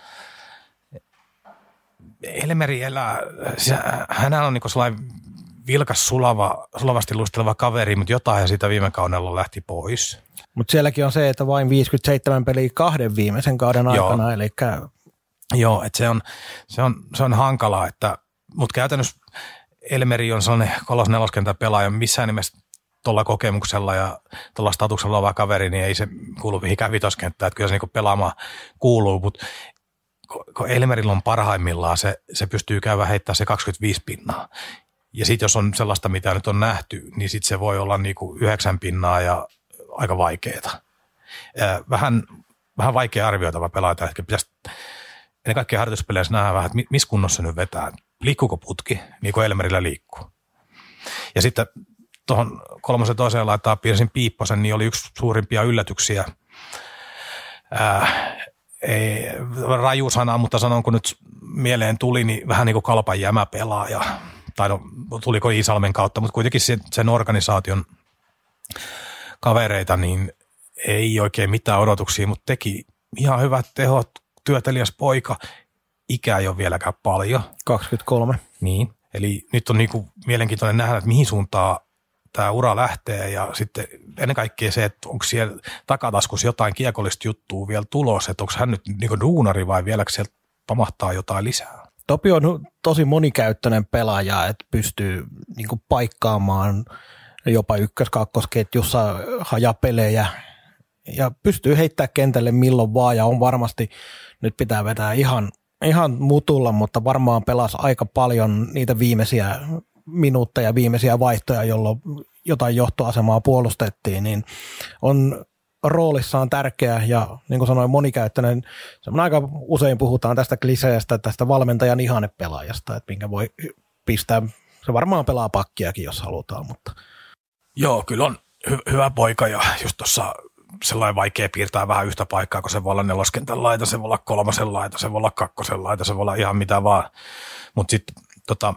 Elmeri elää, siis hänellä on niin kuin sellainen vilkas sulava, sulavasti luisteleva kaveri, mutta jotain siitä viime kaudella lähti pois. Mutta sielläkin on se, että vain viisikymmentäseitsemän peliä kahden viimeisen kauden aikana, Joo. eli Joo, että se on, se on, se on hankalaa, että, mutta käytännössä Elmeri on sellainen kolos-neloskentän pelaaja, missään nimessä tuolla kokemuksella ja tuolla statuksella oleva kaveri, niin ei se kuulu mihinkään vitoskenttään, että kyllä se niinku pelaamaan kuuluu, mutta kun Elmerillä on parhaimmillaan, se, se pystyy käymään heittämään se kaksikymmentäviisi pinnaa. Ja sitten jos on sellaista, mitä nyt on nähty, niin sitten se voi olla niinku yhdeksän pinnaa ja aika vaikeeta. Vähän, vähän vaikea arvioitava pelaaja, että pitäisi ennen kaikkea harjoituspeleissä nähdä vähän, että missä kunnossa se nyt vetää. Liikkuuko putki, niin kuin Elmerillä liikkuu. Ja sitten tuohon kolmosen toiseen laittaa piirsin Piipposen, niin oli yksi suurimpia yllätyksiä. Ää, ei raju sana, mutta sanon, kun nyt mieleen tuli, niin vähän niin kuin Kalpan jämäpelaaja. Tai no, tuliko Iisalmen kautta, mutta kuitenkin sen, sen organisaation kavereita, niin ei oikein mitään odotuksia, mutta teki ihan hyvät tehot, työtelijäs poika, ikä ei ole vieläkään paljon. kaksikymmentäkolme. Niin, eli nyt on niinku mielenkiintoinen nähdä, että mihin suuntaan tämä ura lähtee ja sitten ennen kaikkea se, että onko siellä takataskussa jotain kiekollista juttua vielä tulossa, että onko hän nyt niinku duunari vai vieläkö sieltä pamahtaa jotain lisää. Topi on tosi monikäyttöinen pelaaja, että pystyy niinku paikkaamaan jopa ykkös-kakkosketjussa hajapelejä ja pystyy heittämään kentälle milloin vaan ja on varmasti, nyt pitää vetää ihan, ihan mutulla, mutta varmaan pelasi aika paljon niitä viimeisiä minuutteja, viimeisiä vaihtoja, jolloin jotain johtoasemaa puolustettiin, niin on roolissaan tärkeä ja niin kuin sanoin monikäyttöinen, semmoinen aika usein puhutaan tästä kliseestä, tästä valmentajan ihannepelaajasta, että minkä voi pistää, se varmaan pelaa pakkiakin, jos halutaan, mutta Joo, kyllä on hy- hyvä poika ja just tuossa sellainen vaikea piirtää vähän yhtä paikkaa, kun se voi olla neloskentän laita, se voi olla kolmosen laita, se voi olla kakkosen laita, se voi olla ihan mitä vaan. Mutta sitten tota,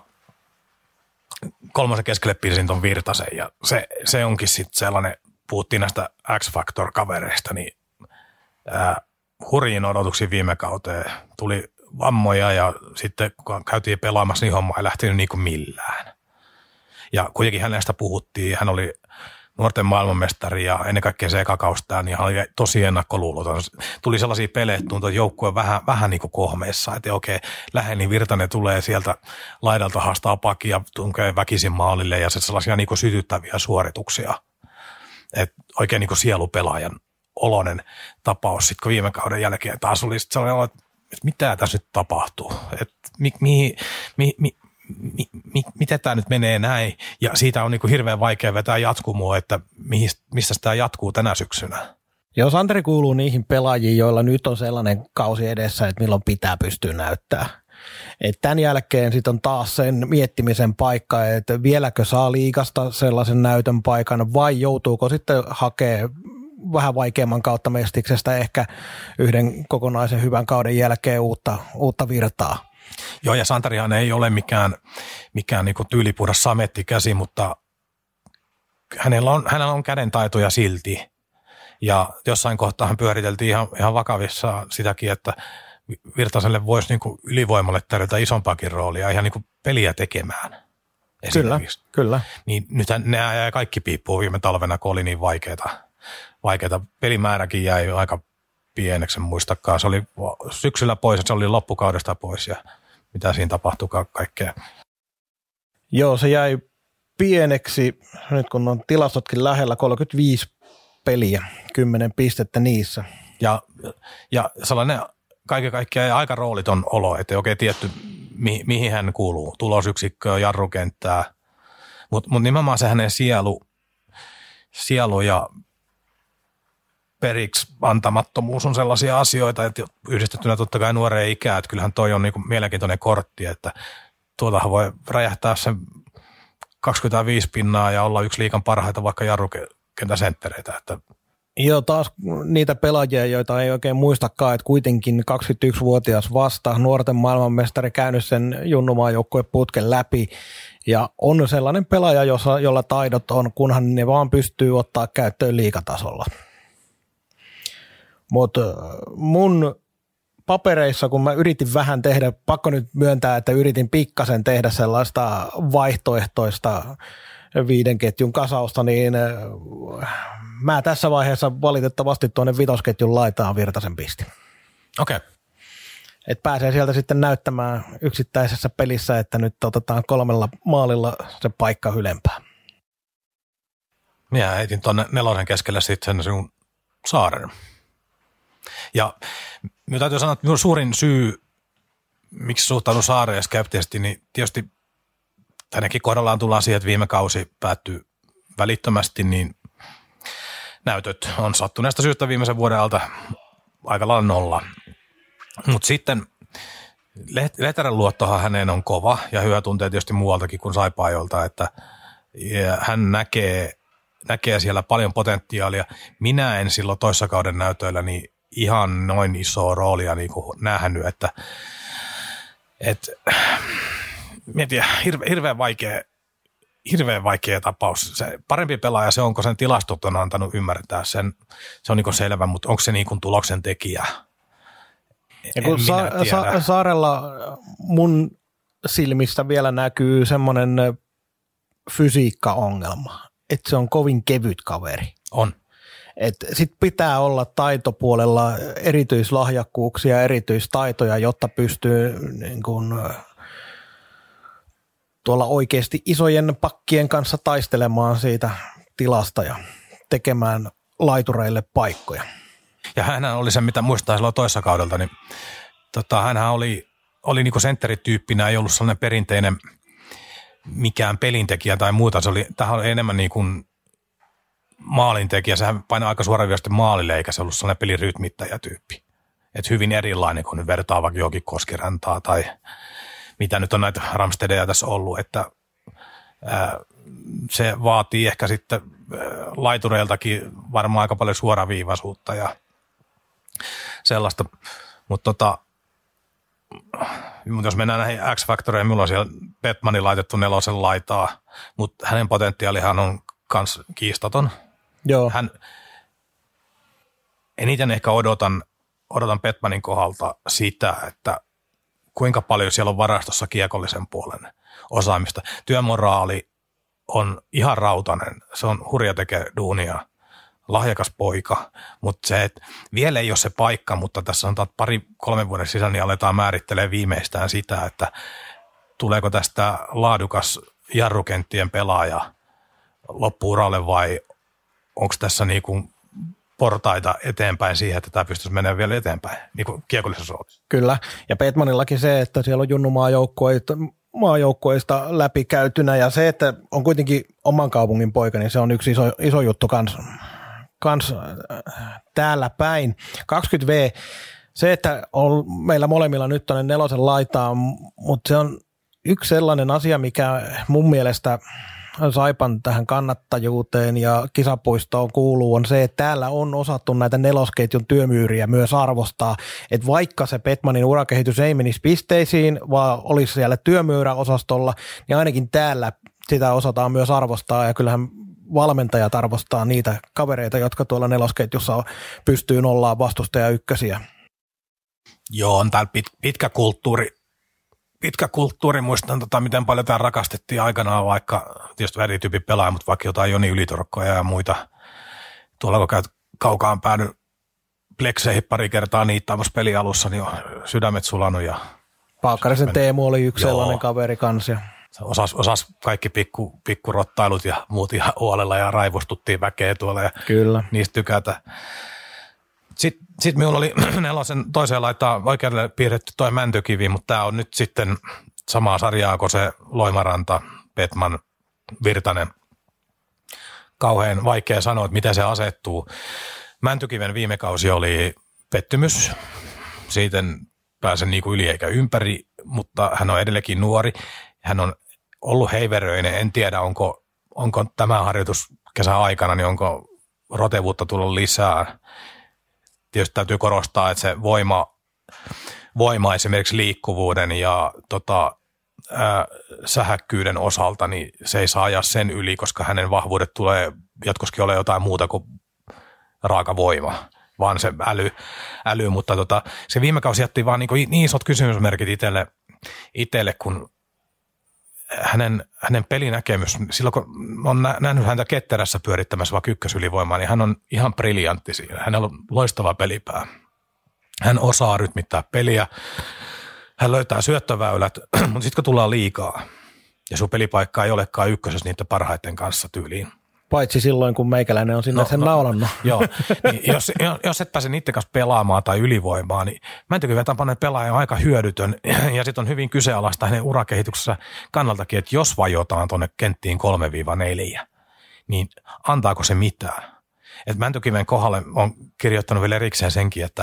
kolmosen keskelle piirsin ton Virtasen ja se, se onkin sitten sellainen, puhuttiin näistä X-Factor-kavereista, niin ää, hurjiin odotuksiin viime kauteen tuli vammoja ja sitten kun käytiin pelaamassa, niin homma ei lähtenyt niin kuin millään. Ja kuitenkin hänestä puhuttiin, hän oli nuorten maailmanmestari ja ennen kaikkea se eka kaustaan, niin hän oli tosi ennakkoluuloton. Tuli sellaisia pelejä, että tuntui, että joukkue vähän, vähän niin kuin kohmeessa, että okei, lähellä niin Virtanen tulee sieltä laidalta, haastaa pakia, tunkee väkisin maalille ja se sellaisia niin kuin sytyttäviä suorituksia. Et oikein niin kuin sielupelaajan oloinen tapaus, sitten kun viime kauden jälkeen taas oli sellainen, että mitä tässä nyt tapahtuu, että mi, mi, mi, mi, Mi, mi, miten tämä nyt menee näin, ja siitä on niin kuin hirveän vaikea vetää jatkumoa, että mihin, mistä tämä jatkuu tänä syksynä. Joo, Santeri kuuluu niihin pelaajiin, joilla nyt on sellainen kausi edessä, että milloin pitää pystyä näyttämään. Et tämän jälkeen sitten on taas sen miettimisen paikka, että vieläkö saa liigasta sellaisen näytön paikan, vai joutuuko sitten hakemaan vähän vaikeamman kautta mestiksestä ehkä yhden kokonaisen hyvän kauden jälkeen uutta, uutta virtaa. Joo, ja Santarihan ei ole mikään, mikään niin kuin tyylipuhdas samettikäsi, mutta hänellä on, hänellä on kädentaitoja silti. Ja jossain kohtaa hän pyöriteltiin ihan, ihan vakavissa sitäkin, että Virtaselle voisi niin kuin ylivoimalle tarjota isompaakin roolia, ihan niin kuin peliä tekemään. Kyllä, kyllä. Niin nythän ne jäi kaikki piippuun viime talvena, kun oli niin vaikeita. vaikeita. Pelimääräkin jäi aika pieneksi, muistakaan. Se oli syksyllä pois ja se oli loppukaudesta pois ja mitä siinä tapahtuikaan kaikkea. Joo, se jäi pieneksi, nyt kun on tilastotkin lähellä, kolmekymmentäviisi peliä, kymmenen pistettä niissä. Ja, ja sellainen kaiken kaikkiaan aika rooliton olo, että ei oikein tietty, mi, mihin hän kuuluu. Tulosyksikköä, jarrukenttää, mutta mut nimenomaan se hänen sielu, sielu ja periksi antamattomuus on sellaisia asioita, että yhdistettynä totta kai nuoreen ikään, että kyllähän toi on niinku mielenkiintoinen kortti, että tuotahan voi räjähtää sen kaksikymmentäviisi pinnaa ja olla yksi liigan parhaita vaikka jarrukentäsenttereitä. Että Joo, taas niitä pelaajia, joita ei oikein muistakaan, että kuitenkin kaksikymmentäyksivuotias vasta, nuorten maailmanmestari käynyt sen junnumaajoukkueen putken läpi ja on sellainen pelaaja, jossa, jolla taidot on, kunhan ne vaan pystyy ottaa käyttöön liigatasolla. Mutta mun papereissa, kun mä yritin vähän tehdä, pakko nyt myöntää, että yritin pikkasen tehdä sellaista vaihtoehtoista viiden ketjun kasausta, niin mä tässä vaiheessa valitettavasti tuonne vitosketjun laitaan Virtasen pistin. Okei. Okay. Et pääsee sieltä sitten näyttämään yksittäisessä pelissä, että nyt otetaan kolmella maalilla se paikka ylempää. Minä heitin tuonne nelosen keskelle sitten sen sinun Saaren. Ja minun täytyy sanoa, että minun suurin syy, miksi suhtaudun Saareen skeptisesti, niin tietysti tännekin kohdallaan tullaan siihen, että viime kausi päättyy välittömästi, niin näytöt on sattuneesta syystä viimeisen vuoden alta aika lailla nolla. Mutta sitten Lehteren luottohan häneen on kova ja hyvä tuntee tietysti muualtakin kuin Saipaajolta, että hän näkee, näkee siellä paljon potentiaalia. Minä en silloin toissakauden näytöillä niin ihan noin isoa roolia niin kuin nähnyt, että et, mietin, hirve, hirveän vaikea hirveän vaikea tapaus. Se parempi pelaaja se on, kun sen tilastot on antanut ymmärtää sen. Se on niin kuin selvä, mutta onko se niin kuin tuloksen tekijä? Ja kun Sa- Sa- Saarella mun silmissä vielä näkyy semmoinen fysiikkaongelma, että se on kovin kevyt kaveri. On. Sitten pitää olla taitopuolella erityislahjakkuuksia, erityistaitoja, jotta pystyy niin kun, tuolla oikeasti isojen pakkien kanssa taistelemaan siitä tilasta ja tekemään laitureille paikkoja. Ja hänhän oli se, mitä muistaa silloin toissa kaudelta, niin tota, hänhän oli, oli niinku sentterityyppinä, ei ollut sellainen perinteinen mikään pelintekijä tai muuta. Se oli, tämähän oli enemmän niin kuin maalintekijä. Sehän painoi aika suoraviivasti maalille, eikä se ollut sellainen pelirytmittäjätyyppi. Että hyvin erilainen, kun nyt vertaa vaikka johonkin Koskirantaa tai mitä nyt on näitä Ramstedeja tässä ollut, että ää, se vaatii ehkä sitten ää, laitureiltakin varmaan aika paljon suoraviivaisuutta ja sellaista, mutta tota, jos mennään näihin X-faktoreihin, minulla on siellä Bettmanin laitettu nelosen laitaa, mutta hänen potentiaalihan on kans kiistaton. Joo. Hän, eniten ehkä odotan, odotan Bettmanin kohdalta sitä, että kuinka paljon siellä on varastossa kiekollisen puolen osaamista. Työmoraali on ihan rautainen, se on hurja tekee duunia, lahjakas poika, mutta se, että vielä ei ole se paikka, mutta tässä on pari kolmen vuoden sisällä, niin aletaan määrittelee viimeistään sitä, että tuleeko tästä laadukas jarrukenttien pelaaja loppu-uralle vai onko tässä niinku portaita eteenpäin siihen, että tämä pystyisi menemään vielä eteenpäin, niin kuin kiekollisessa roolissa. Kyllä, ja Bettmanillakin se, että siellä on junnumaajoukkoita maajoukkoista läpikäytynä ja se, että on kuitenkin oman kaupungin poika, niin se on yksi iso, iso juttu kans, kans täällä päin. kaksikymmentä vuotta, se, että on meillä molemmilla nyt tuonne nelosen laitaan, mutta se on yksi sellainen asia, mikä mun mielestä Saipan tähän kannattajuuteen ja kisapuistoon kuuluu, on se, että täällä on osattu näitä nelosketjun työmyyriä myös arvostaa, että vaikka se Bettmanin urakehitys ei menisi pisteisiin, vaan olisi siellä työmyyräosastolla, niin ainakin täällä sitä osataan myös arvostaa, ja kyllähän valmentajat arvostaa niitä kavereita, jotka tuolla nelosketjussa pystyy nollaan vastustaja ykkösiä. Joo, on täällä pit, pitkä kulttuuri. Pitkä kulttuuri, muistan tota, miten paljon tämä rakastettiin aikanaan, vaikka tietysti eri tyypin pelaaja, mutta vaikka jotain Joni Ylitorkkoja ja muita. Tuolla kun käyt kaukaan päänyt plekseihin pari kertaa niittaamassa pelialussa, niin on sydämet sulanut. Ja Paakkarisen Teemu oli yksi Joo. sellainen kaveri kanssa. Osas, osas kaikki pikku, pikkurottailut ja muut ihan huolella ja raivostuttiin väkeä tuolla ja Kyllä. niistä tykätä. Sitten sit minulla oli nelosen toiseen laittaa oikealle piirretty toi Mäntykivi, mutta tämä on nyt sitten samaa sarjaa kuin se Loimaranta, Petman, Virtanen. Kauhean vaikea sanoa, että miten se asettuu. Mäntykiven viime kausi oli pettymys. Siitä en pääse niin kuin yli eikä ympäri, mutta hän on edelleenkin nuori. Hän on ollut heiveröinen. En tiedä, onko, onko tämä harjoitus kesän aikana, niin onko rotevuutta tullut lisää. Tietysti täytyy korostaa, että se voima, voima esimerkiksi liikkuvuuden ja tota, ää, sähäkkyyden osalta, niin se ei saa ajaa sen yli, koska hänen vahvuudet tulee jatkossakin ole jotain muuta kuin raaka voima, vaan se äly, äly. Mutta tota, se viime kausi jätti vaan niin, niin isot kysymysmerkit itselle, itselle kun hänen, hänen pelinäkemys, silloin kun on nähnyt häntä ketterässä pyörittämässä vaikka ykkösylivoimaa, niin hän on ihan briljantti siinä. Hänellä on loistava pelipää. Hän osaa rytmittää peliä, hän löytää syöttöväylät, mutta sitten kun tullaan liikaa ja sun pelipaikka ei olekaan ykkösessä niiden parhaiten kanssa tyyliin. Paitsi silloin, kun meikäläinen on sinne no, sen no, naulannut. Joo, niin jos, jos et pääse niiden kanssa pelaamaan tai ylivoimaan, niin Mäntykiven tapainen pelaaja on aika hyödytön ja sitten on hyvin kyseenalaista hänen urakehityksessä kannaltakin, että jos vajotaan tuonne kenttiin kolme neljä, niin antaako se mitään? Et Mäntykiven kohdalle on kirjoittanut vielä erikseen senkin, että,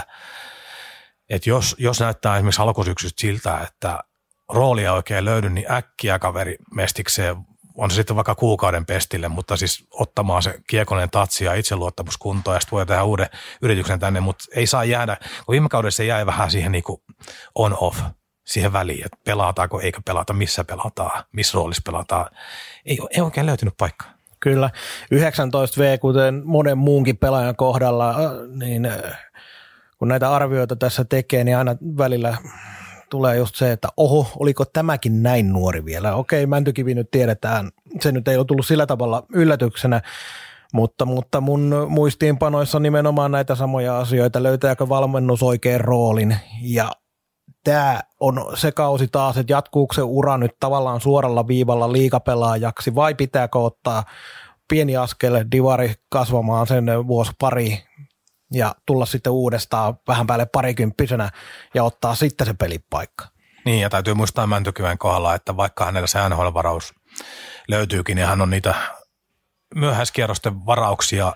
että jos, jos näyttää esimerkiksi alkusyksystä siltä, että roolia oikein löydy, niin äkkiä kaveri mestikseen, on se sitten vaikka kuukauden pestille, mutta siis ottamaan se kiekollinen tatsi ja itseluottamuskuntoa ja sitten voi tehdä uuden yrityksen tänne, mutta ei saa jäädä, kun viime kaudessa se jäi vähän siihen niin kuin on-off, siihen väliin, että pelataanko, eikö pelata, missä pelataan, missä roolissa pelataan. Ei, ei oikein löytynyt paikkaa. Kyllä, yhdeksäntoista vuotta, kuten monen muunkin pelaajan kohdalla, niin kun näitä arvioita tässä tekee, niin aina välillä tulee just se, että oho, oliko tämäkin näin nuori vielä. Okei, Mäntykivi nyt tiedetään, se nyt ei ole tullut sillä tavalla yllätyksenä, mutta, mutta mun muistiinpanoissa on nimenomaan näitä samoja asioita, löytääkö valmennus oikein roolin, ja tämä on se kausi taas, että jatkuuko se ura nyt tavallaan suoralla viivalla liigapelaajaksi, vai pitääkö ottaa pieni askel divari kasvamaan sen vuosi pari, ja tulla sitten uudestaan vähän päälle parikymppisenä ja ottaa sitten se pelipaikka. Niin, ja täytyy muistaa Mäntykiven kohdalla, että vaikka hänellä se N H L-varaus löytyykin, niin hän on niitä myöhäiskierrosten varauksia,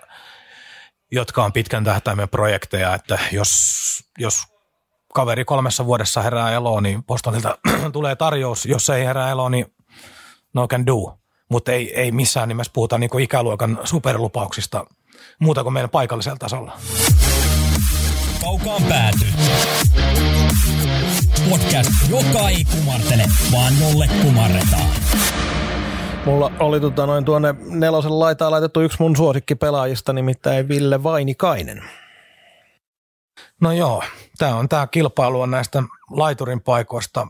jotka on pitkän tähtäimen projekteja, että jos, jos kaveri kolmessa vuodessa herää eloon, niin Bostonilta tulee tarjous, jos ei herää eloon, niin no can do, mutta ei, ei missään nimessä puhuta niin kuin ikäluokan superlupauksista, muuta kuin meidän paikallisella tasolla. Kaukaan pääty. Podcast, joka ei kumartele, vaan jolle kumarretaan. Mulla oli tota noin tuonne nelosen laitaan laitettu yksi mun suosikkipelaajista, nimittäin Ville Vainikainen. No joo, tää on tää kilpailu on näistä laiturin paikoista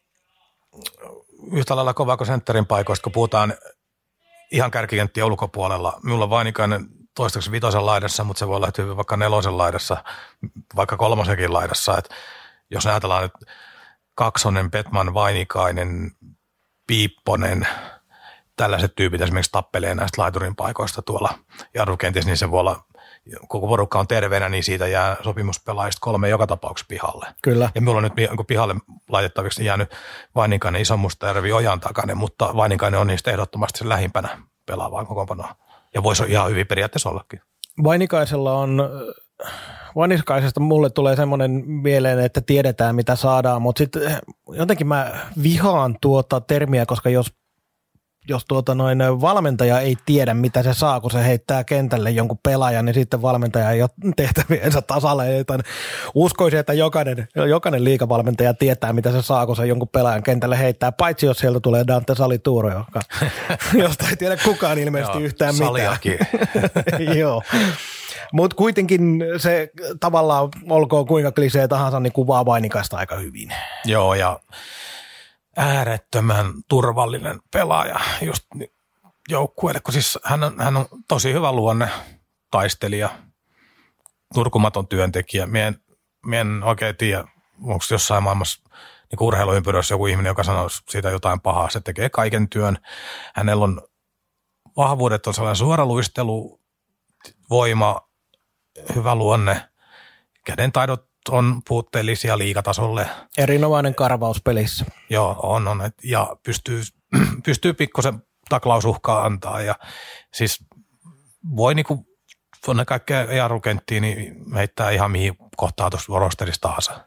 yhtä lailla kova kuin sentterin paikoista, kun puhutaan ihan kärkikenttien ulkopuolella. Minulla on Vainikainen toistaiseksi vitosen laidassa, mutta se voi lähteä vaikka nelosen laidassa, vaikka kolmosenkin laidassa. Et jos ajatellaan nyt Kaksonen, Petman, Vainikainen, Piipponen, tällaiset tyypit esimerkiksi tappelee näistä laiturin paikoista tuolla jarrukentissä, niin se voi olla, koko porukka on terveenä, niin siitä jää sopimuspelaajista kolme joka tapauksessa pihalle. Kyllä. Ja minulla on nyt pihalle laitettaviksi jäänyt Vainikainen, Iso-Mustajärvi, Ojan takainen, mutta Vainikainen on niistä ehdottomasti sen lähimpänä pelaavaan kokoonpanoa. Ja voisi ihan hyvin periaatteessa ollakin. Vainikaisella on, Vainikaisesta mulle tulee semmoinen mieleen, että tiedetään mitä saadaan, mutta sitten jotenkin mä vihaan tuota termiä, koska jos, jos tuota noin valmentaja ei tiedä mitä se saa, kun se heittää kentälle jonkun pelaajan, niin sitten valmentaja ei ole tehtäviensä tasalle. Joten uskoisin, että jokainen, jokainen liigavalmentaja tietää mitä se saa, kun se jonkun pelaajan kentälle heittää, paitsi jos sieltä tulee Dante Salituro, joka, josta ei tiedä kukaan ilmeisesti Joo, yhtään Saliakin. mitään. Joo. Mutta kuitenkin se tavallaan, olkoon kuinka klisee tahansa, niin kuvaa Vainikaista aika hyvin. Joo, ja äärettömän turvallinen pelaaja just joukkueelle, kun siis hän on, hän on tosi hyvä luonne, taistelija, nurkumaton työntekijä. Mie en, mie en oikein tiedä, onko jossain maailmassa niin urheiluympyrössä joku ihminen, joka sanoo siitä jotain pahaa, se tekee kaiken työn. Hänellä on vahvuudet, on sellainen suoraluistelu, voima, hyvä luonne, käden taidot on puutteellisia liigatasolle. Erinomainen karvaus pelissä. Joo, on, on. Et, ja pystyy, pystyy pikkusen taklausuhkaa antaa ja siis voi niinku tuonne kaikkea jarrukenttiin niin heittää ihan mihin kohtaa tuossa rosterissa tahansa.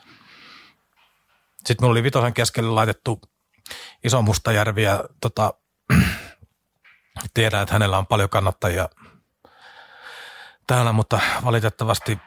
Sitten minulla oli vitosen keskelle laitettu Iso Mustajärvi ja tota, tiedän, että hänellä on paljon kannattajia täällä, mutta valitettavasti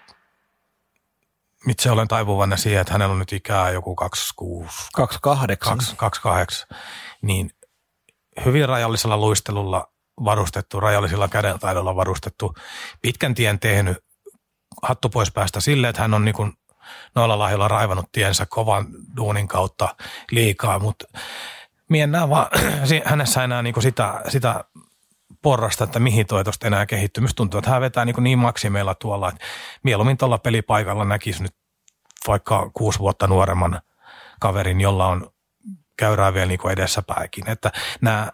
itse olen taipuvainen siihen, että hänellä on nyt ikää joku kaksikymmentäkuusi. kaksikymmentäkahdeksan. kaksikymmentäkahdeksan. Niin hyvin rajallisella luistelulla varustettu, rajallisilla kädentaidolla varustettu, pitkän tien tehnyt, hattu pois päästä silleen, että hän on niin kuin noilla lahjoilla raivannut tiensä kovan duunin kautta liikaa, mutta minä en näe vaan hänessä enää niin kuin sitä, sitä porrasta, että mihin toi tuosta enää kehittyy. Minusta tuntuu, että hän vetää niin, niin maksimeilla tuolla, että mieluummin tuolla pelipaikalla näkisi nyt vaikka kuusi vuotta nuoremman kaverin, jolla on käyrää vielä niin edessäpäinkin. Että nämä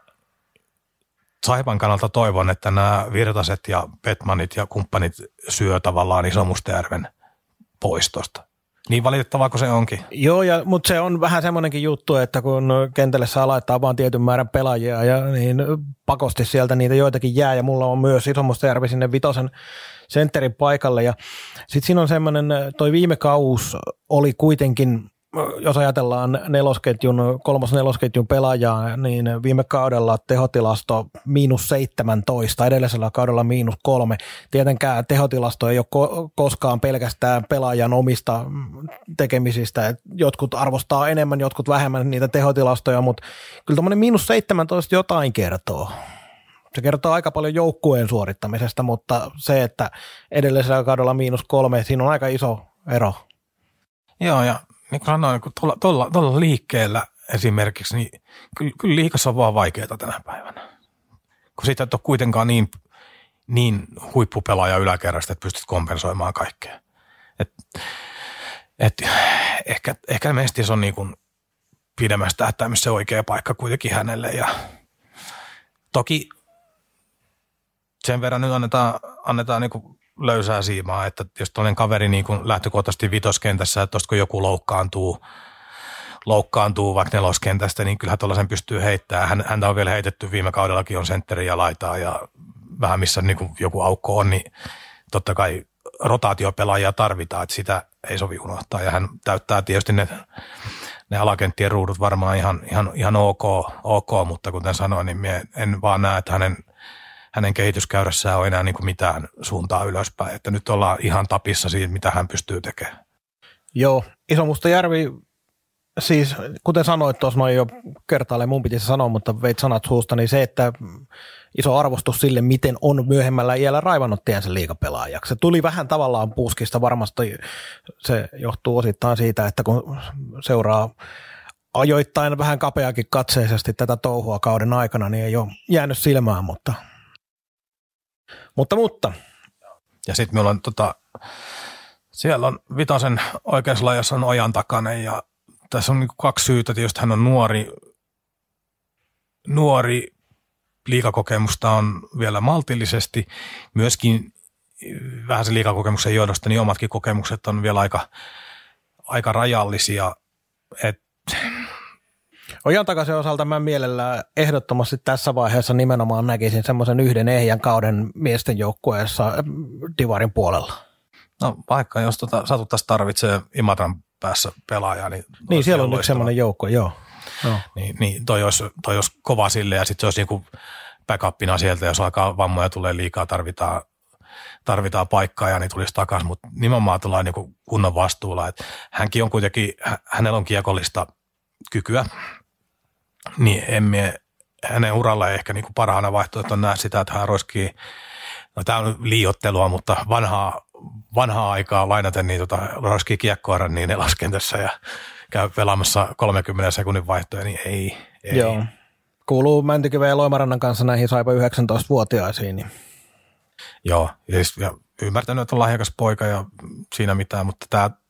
Saipan kannalta toivon, että nämä Virtaset ja Petmanit ja kumppanit syö tavallaan Iso Mustajärven poistosta. Niin valitettavaa kuin se onkin. Joo, ja, mutta se on vähän semmoinenkin juttu, että kun kentälle saa laittaa vaan tietyn määrän pelaajia, ja niin pakosti sieltä niitä joitakin jää, ja mulla on myös Iso Mustajärvi sinne vitosen sentterin paikalle, ja sitten siinä on semmoinen, toi viime kaus oli kuitenkin, jos ajatellaan nelosketjun, kolmos-nelosketjun pelaajaa, niin viime kaudella tehotilasto miinus seitsemäntoista, edellisellä kaudella miinus kolme. Tietenkään tehotilasto ei ole ko- koskaan pelkästään pelaajan omista tekemisistä. Jotkut arvostaa enemmän, jotkut vähemmän niitä tehotilastoja, mutta kyllä tuommoinen miinus seitsemäntoista jotain kertoo. Se kertoo aika paljon joukkueen suorittamisesta, mutta se, että edellisellä kaudella miinus kolme, siinä on aika iso ero. Joo, ja niin kuin sanoin, kun tuolla, tuolla, tuolla liikkeellä esimerkiksi, niin kyllä, kyllä liikassa on vaan vaikeaa tänä päivänä. Kun siitä et ole kuitenkaan niin, niin huippupelaaja yläkerrasta, että pystyt kompensoimaan kaikkea. Et, et, ehkä, ehkä Mestis on niin kuin pidemmässä tähtäimessä se oikea paikka kuitenkin hänelle. Ja toki sen verran nyt annetaan, annetaan niin kuin löysää siimaa, että jos toinen kaveri niin kuin lähtökohtaisesti vitoskentässä, että tuosta kun joku loukkaantuu, loukkaantuu vaikka neloskentästä, niin kyllähän tuollaisen pystyy heittämään. Hän, häntä on vielä heitetty viime kaudellakin, on sentteri ja laitaa ja vähän missä niin kuin joku aukko on, niin totta kai rotaatiopelaajia tarvitaan, että sitä ei sovi unohtaa. Ja hän täyttää tietysti ne, ne alakenttien ruudut varmaan ihan, ihan, ihan ok, ok, mutta kuten sanoin, niin minä en vaan näe, että hänen hänen kehityskäyrässään on enää niin kuin mitään suuntaa ylöspäin. Että nyt ollaan ihan tapissa siitä, mitä hän pystyy tekemään. Joo, Iso Mustajärvi, siis kuten sanoit tuossa noin jo kertaalleen, mun piti se sanoa, mutta veit sanat suusta, niin se, että iso arvostus sille, miten on myöhemmällä iällä raivannut tiensä liigapelaajaksi. Se tuli vähän tavallaan puskista, varmasti se johtuu osittain siitä, että kun seuraa ajoittain vähän kapeakin katseisesti tätä touhua kauden aikana, niin ei ole jäänyt silmään, mutta Mutta, mutta. Ja sitten meillä on tota, siellä on vitosen oikeassa laajassa on Ojan Takanen ja tässä on niinku kaksi syytä. Tietysti hän on nuori, nuori liigakokemusta on vielä maltillisesti. Myöskin vähän se liigakokemuksen johdosta, niin omatkin kokemukset on vielä aika, aika rajallisia. Et Ojan Takasen osalta mä mielellään ehdottomasti tässä vaiheessa nimenomaan näkisin semmoisen yhden ehjän kauden miesten joukkueessa divarin puolella. No vaikka jos tota, satuttaisiin tarvitsee Imatran päässä pelaajaa, niin niin siellä on yksi semmoinen joukko, joo. No. Niin, niin toi, olisi, toi olisi kova sille ja sitten se olisi niinku backupina sieltä, jos alkaa vammoja tulee liikaa, tarvitaan, tarvitaan paikkaa ja niin tulisi takaisin, mutta nimenomaan tullaan niinku kunnon vastuulla. Et hänkin on kuitenkin, hänellä on kiekollista kykyä, niin emme, hänen uralla ei ehkä niinku parhaana vaihtoehtona näe sitä, että hän roiskii, no tämä on liioittelua, mutta vanhaa, vanhaa aikaa lainaten, niin tota, roiskii kiekkoa niin neloskentässä ja käy pelaamassa kolmenkymmenen sekunnin vaihtoja, niin ei. ei. Joo. Kuuluu Mäntykiven ja Loimarannan kanssa näihin Saipa yhdeksäntoistavuotiaisiin. Niin. Joo, ja, ja ymmärtänyt, että on lahjakas poika ja siinä mitään, mutta tämä,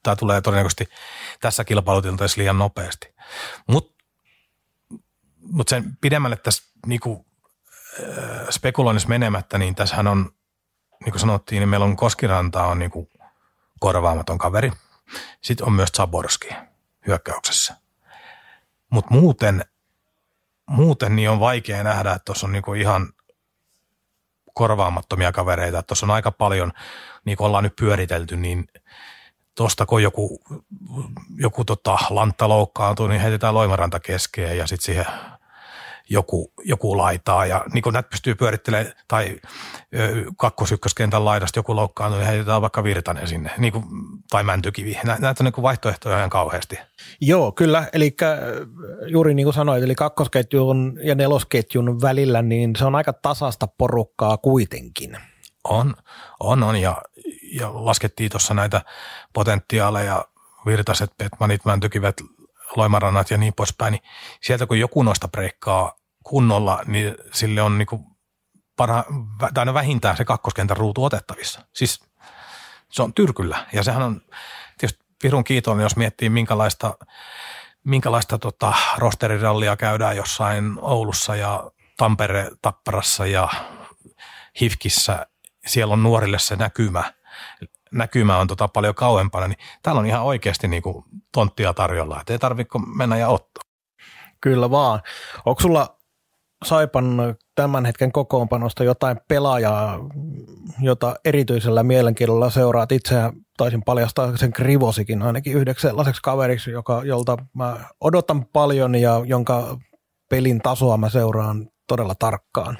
tämä tulee todennäköisesti tässä kilpailutilanteessa liian nopeasti. Mutta mut sen pidemmälle tässä niinku, äh, spekuloinnissa menemättä, niin tässähän on, niin kuin sanottiin, niin meillä on Koskiranta on niinku korvaamaton kaveri. Sitten on myös Zaborski hyökkäyksessä. Mutta muuten, muuten niin on vaikea nähdä, että tuossa on niinku ihan korvaamattomia kavereita. Tuossa on aika paljon, niin kuin ollaan nyt pyöritelty, niin tuosta kun joku, joku tota, lantta loukkaantuu, niin heitetään Loimaranta keskeen ja sitten siihen joku, joku laitaa. Ja niin kuin näitä pystyy pyörittelemään, tai kakkos-ykköskentän laidasta joku loukkaantuu, niin heitetään vaikka Virtanen sinne, niin kuin, tai Mäntykivi. Näitä on niin kuin vaihtoehtoja ihan kauheasti. Joo, kyllä. Eli juuri niin kuin sanoit, eli kakkosketjun ja nelosketjun välillä, niin se on aika tasasta porukkaa kuitenkin. On, on, on. Ja, ja laskettiin tuossa näitä potentiaaleja, Virtaset, Petmanit, Mäntykivet, Loimarannat ja niin poispäin, niin sieltä kun joku noista breikkaa kunnolla, niin sille on niin kuin parha, tai vähintään se kakkoskentän ruutu otettavissa. Siis se on tyrkyllä. Ja sehän on tietysti pirun kiitollinen, jos miettii minkälaista, minkälaista tota rosterirallia käydään jossain Oulussa ja Tampere Tapparassa ja Hifkissä. Siellä on nuorille se näkymä. Näkymä on tota paljon kauempana, niin täällä on ihan oikeasti niin kuin tonttia tarjolla, että ei tarvitse mennä ja ottaa. Kyllä vaan. Onko sulla Saipan tämän hetken kokoonpanosta jotain pelaajaa, jota erityisellä mielenkiinnolla seuraat? Itse taisin paljastaa sen Krivosikin ainakin yhdeksi sellaiseksi kaveriksi, joka, jolta mä odotan paljon ja jonka pelin tasoa mä seuraan todella tarkkaan.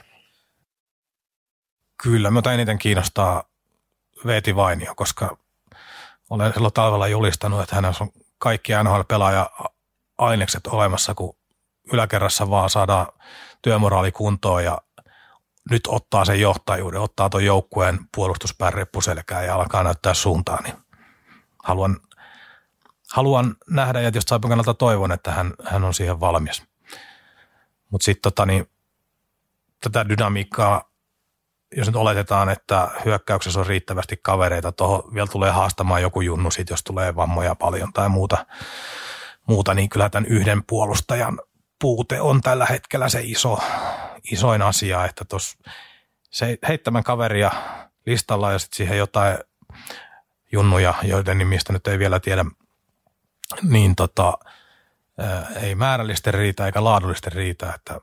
Kyllä, minua eniten kiinnostaa Veeti Vainio, koska olen silloin talvella julistanut, että hänessä on kaikki N H L-pelaaja-ainekset olemassa, kun yläkerrassa vaan saadaan työmoraali kuntoon ja nyt ottaa sen johtajuuden, ottaa tuon joukkueen puolustuspään reppuselkään ja alkaa näyttää suuntaan, niin haluan, haluan nähdä ja tietysti Saipan kannalta toivon, että hän, hän on siihen valmis. Mutta sitten tota, niin, tätä dynamiikkaa, jos nyt oletetaan, että hyökkäyksessä on riittävästi kavereita, tuohon vielä tulee haastamaan joku junnu sit, jos tulee vammoja paljon tai muuta, muuta, niin kyllä tämän yhden puolustajan puute on tällä hetkellä se iso, isoin asia, että tuossa se heittämän kaveria listalla ja sitten siihen jotain junnuja, joiden nimistä nyt ei vielä tiedä, niin tota, ää, ei määrällisesti riitä eikä laadullisesti riitä, että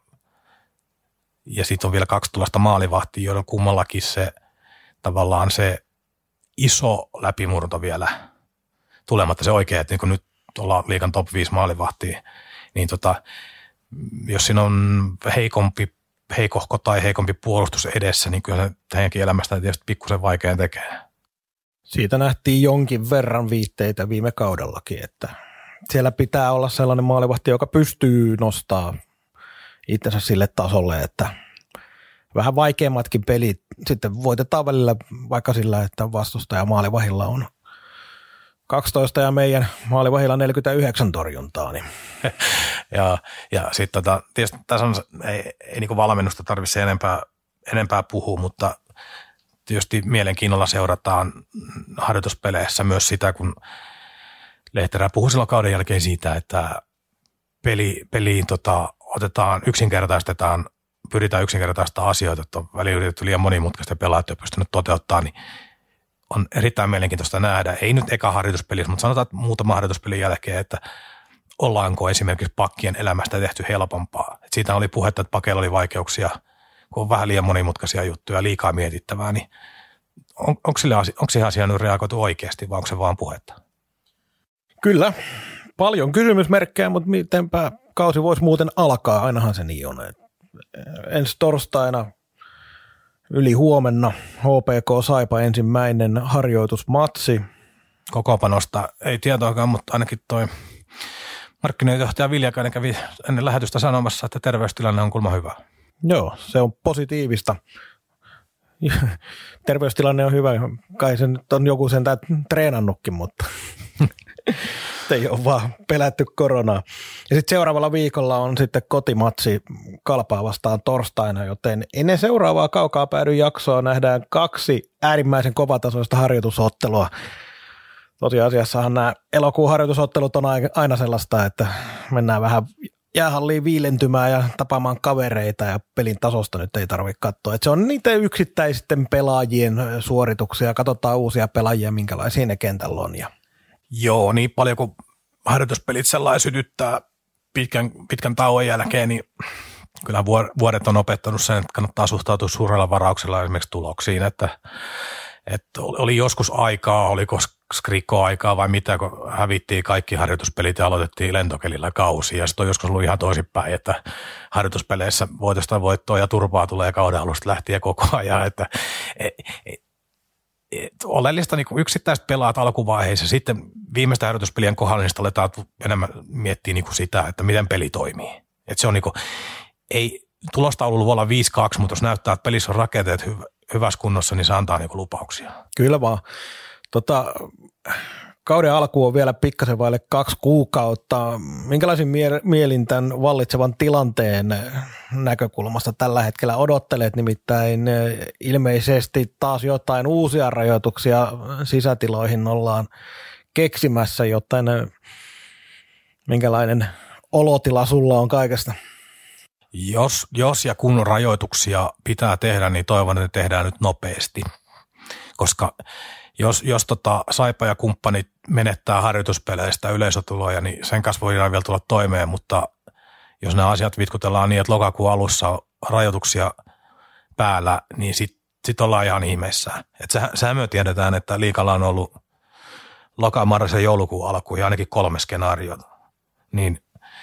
ja sitten on vielä kaksi tuollaista maalivahtia, joiden kummallakin se tavallaan se iso läpimurto vielä tulematta. Se oikein, että niin nyt ollaan liigan top viisi maalivahtia, niin tota, jos siinä on heikompi, heikohko tai heikompi puolustus edessä, niin kyllä se heidänkin elämästä tietysti pikkusen vaikean tekee. Siitä nähtiin jonkin verran viitteitä viime kaudellakin, että siellä pitää olla sellainen maalivahti, joka pystyy nostaa itsensä sille tasolle, että vähän vaikeammatkin pelit sitten voitetaan välillä vaikka sillä, että vastustaja maalivahilla on kaksitoista ja meidän maalivahilla neljäkymmentäyhdeksän torjuntaa. Niin. ja ja sitten tota, tietysti tässä on, ei, ei niin kuin valmennusta tarvitse enempää, enempää puhua, mutta tietysti mielenkiinnolla seurataan harjoituspeleissä myös sitä, kun Lehterä puhui silloin kauden jälkeen siitä, että peli, peliin tota, otetaan, yksinkertaistetaan, pyritään yksinkertaistamaan asioita, että on väliin yritetty liian monimutkaista pelaajat ja pystynyt toteuttamaan, niin on erittäin mielenkiintoista nähdä. Ei nyt eka harjoituspelissä, mutta sanotaan, että muutama harjoituspelin jälkeen, että ollaanko esimerkiksi pakkien elämästä tehty helpompaa. Et siitä oli puhetta, että pakeilla oli vaikeuksia, kun on vähän liian monimutkaisia juttuja, liikaa mietittävää, niin on, onko, sille asia, onko siihen asiaan nyt reagoitu oikeasti vai onko se vaan puhetta? Kyllä, paljon kysymysmerkkejä, mutta mitenpä kausi voisi muuten alkaa, ainahan se niin on. Ensi torstaina yli huomenna H P K Saipa ensimmäinen harjoitusmatsi. Kokoopanosta ei tietoakaan, mutta ainakin toi markkinointijohtaja Viljakainen kävi ennen lähetystä sanomassa, että terveystilanne on kulma hyvä. Joo, se on positiivista. Terveystilanne on hyvä, kai se nyt on joku sentään treenannutkin, mutta ei ole vaan pelätty koronaa. Ja sitten seuraavalla viikolla on sitten kotimatsi Kalpaa vastaan torstaina, joten ennen seuraavaa Kaukaa päädyn jaksoa nähdään kaksi äärimmäisen kovatasoista harjoitusottelua. Tosiasiassahan nämä elokuun harjoitusottelut on aina sellaista, että mennään vähän jäähalliin viilentymään ja tapaamaan kavereita ja pelin tasosta nyt ei tarvitse katsoa. Että se on niitä yksittäisten pelaajien suorituksia, katsotaan uusia pelaajia, minkälaisia ne kentällä on. Ja. Joo, niin paljon kuin harjoituspelit sellainen sytyttää pitkän, pitkän tauon jälkeen, niin kyllä vuodet on opettanut sen, että kannattaa suhtautua suurella varauksella esimerkiksi tuloksiin, että, että oli joskus aikaa, oliko skriko-aikaa vai mitä, kun hävittiin kaikki harjoituspelit ja aloitettiin lentokelillä kausi. Ja sitten on joskus ollut ihan toisinpäin, että harjoituspeleissä voitosta voittoa ja turpaa tulee kauden alusta lähtien koko ajan. Että, et, et, et, oleellista niin yksittäiset pelaat alkuvaiheessa. Sitten viimeistä harjoituspelien kohdalla niin aletaan enemmän miettiä niin sitä, että miten peli toimii. Et se on niin kuin, ei, tulostaululla voi olla viisi kaksi, mutta jos näyttää, että pelissä on rakenteet hyv- hyvässä kunnossa, niin se antaa niin kuin lupauksia. Kyllä vaan. Tota, kauden alku on vielä pikkasen vaille kaksi kuukautta. Minkälaisin mie- mielin tämän vallitsevan tilanteen näkökulmasta tällä hetkellä odottelet? Nimittäin ilmeisesti taas jotain uusia rajoituksia sisätiloihin ollaan keksimässä, joten minkälainen olotila sulla on kaikesta? Jos, jos ja kun rajoituksia pitää tehdä, niin toivon, että ne tehdään nyt nopeasti, koska Jos, jos tota Saipa ja kumppanit menettää harjoituspeleistä yleisötuloja, niin sen kanssa voidaan vielä tulla toimeen, mutta jos nämä asiat vitkutellaan niin, että lokakuun alussa on rajoituksia päällä, niin sitten sit ollaan ihan ihmeissään. Että sehän me tiedetään, että liigalla on ollut loka, marras ja joulukuun alkuun ja ainakin kolme skenaariota. Niin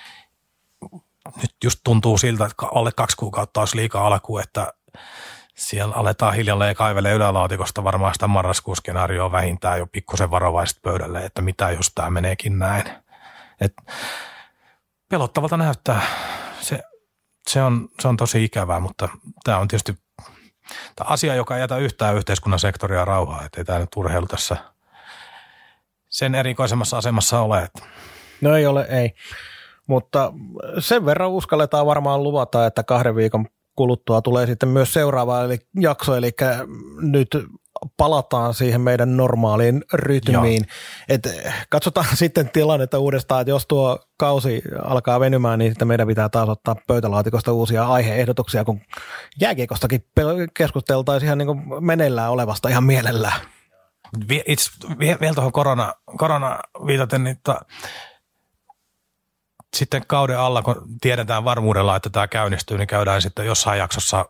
nyt just tuntuu siltä, että alle kaksi kuukautta olisi liiga alkuun, että siellä aletaan hiljalleen kaivelee ylälaatikosta varmaan sitä marraskuun skenaarioa vähintään jo pikkusen varovaisesti pöydälle, että mitä jos tämä meneekin näin. Et pelottavalta näyttää. Se, se, on, se on tosi ikävää, mutta tämä on tietysti tämä asia, joka ei jätä yhtään yhteiskunnan sektoria rauhaa, ettei tämä nyt urheilu tässä sen erikoisemmassa asemassa ole. Että. No ei ole, ei. Mutta sen verran uskalletaan varmaan luvata, että kahden viikon kuluttua tulee sitten myös seuraava eli jakso, eli nyt palataan siihen meidän normaaliin rytmiin. Et katsotaan sitten tilannetta uudestaan, että jos tuo kausi alkaa venymään, niin sitten meidän pitää taas ottaa pöytälaatikosta uusia aihe-ehdotuksia, kun jääkiekostakin keskusteltaisiin ihan niin kuin meneillään olevasta ihan mielellään. Itse vielä tuohon korona, korona viitaten, niin ta, sitten kauden alla, kun tiedetään varmuudella, että tämä käynnistyy, niin käydään sitten jossain jaksossa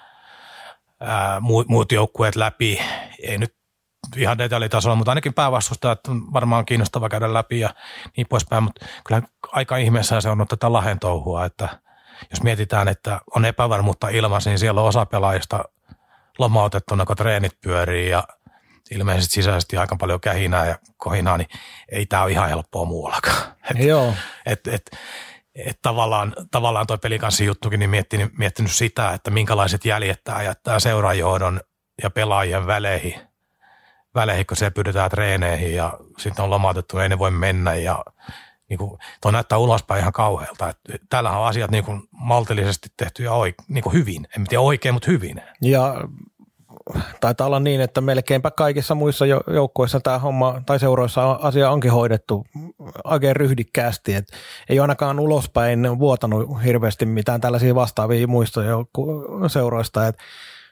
ää, muut, muut joukkueet läpi. Ei nyt ihan detaljitasolla, mutta ainakin päävastustajat on varmaan kiinnostava käydä läpi ja niin poispäin. Mutta kyllä aika ihmeessä se on ollut tätä Lahden touhua, että jos mietitään, että on epävarmuutta ilmassa, niin siellä on osa pelaajista lomautettuna, kun treenit pyörii ja ilmeisesti sisäisesti aika paljon kähinää ja kohinaa, niin ei tämä ole ihan helppoa muuallakaan. Et, Joo. Et, et, et tavallaan, tavallaan toi pelikanssi-juttukin niin miettinyt, miettinyt sitä, että minkälaiset jäljet tämä jättää seurajohdon ja pelaajien väleihin, väleihin kun se pyydetään treeneihin ja sitten on lomautettu, ei ne voi mennä ja niin kuin, toi näyttää ulospäin ihan kauhealta. Et, täällähän on asiat niin kuin maltillisesti tehty ja oike, niin kuin hyvin, en tiedä oikein, mutta hyvin. Ja taitaa olla niin, että melkeinpä kaikissa muissa joukkoissa tämä homma tai seuroissa asia onkin hoidettu oikein ryhdikkäästi. Et ei ainakaan ulospäin vuotanut hirveästi mitään tällaisia vastaavia muista seuroista. Et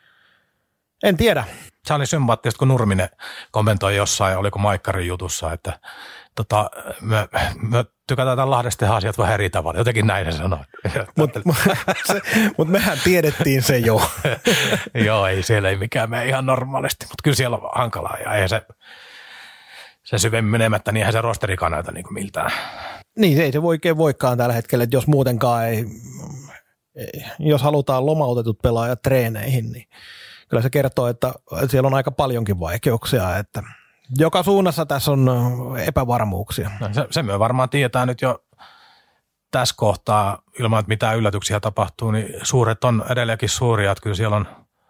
en tiedä. Se oli sympaattista, kun Nurminen kommentoi jossain, oliko Maikkarin jutussa, että tota, me, me tykätään tämän Lahdesta tehdä asiat vähän eri tavalla. Jotenkin näin se sanoi. Mutta mut mehän tiedettiin se jo. Joo, ei siellä ei mikään mene ihan normaalisti, mutta kyllä siellä on hankalaa ja ei se, se syvemmin menemättä, niin eihän se rosterikaan näytä niin kuin miltään. Niin, ei se oikein voikaan tällä hetkellä, että jos muutenkaan ei, ei jos halutaan lomautetut pelaajat treeneihin, niin kyllä se kertoo, että siellä on aika paljonkin vaikeuksia, että joka suunnassa tässä on epävarmuuksia. No, se, se me varmaan tiedetään nyt jo tässä kohtaa, ilman että mitään yllätyksiä tapahtuu, niin suuret on edelleenkin suuria, että kyllä siellä on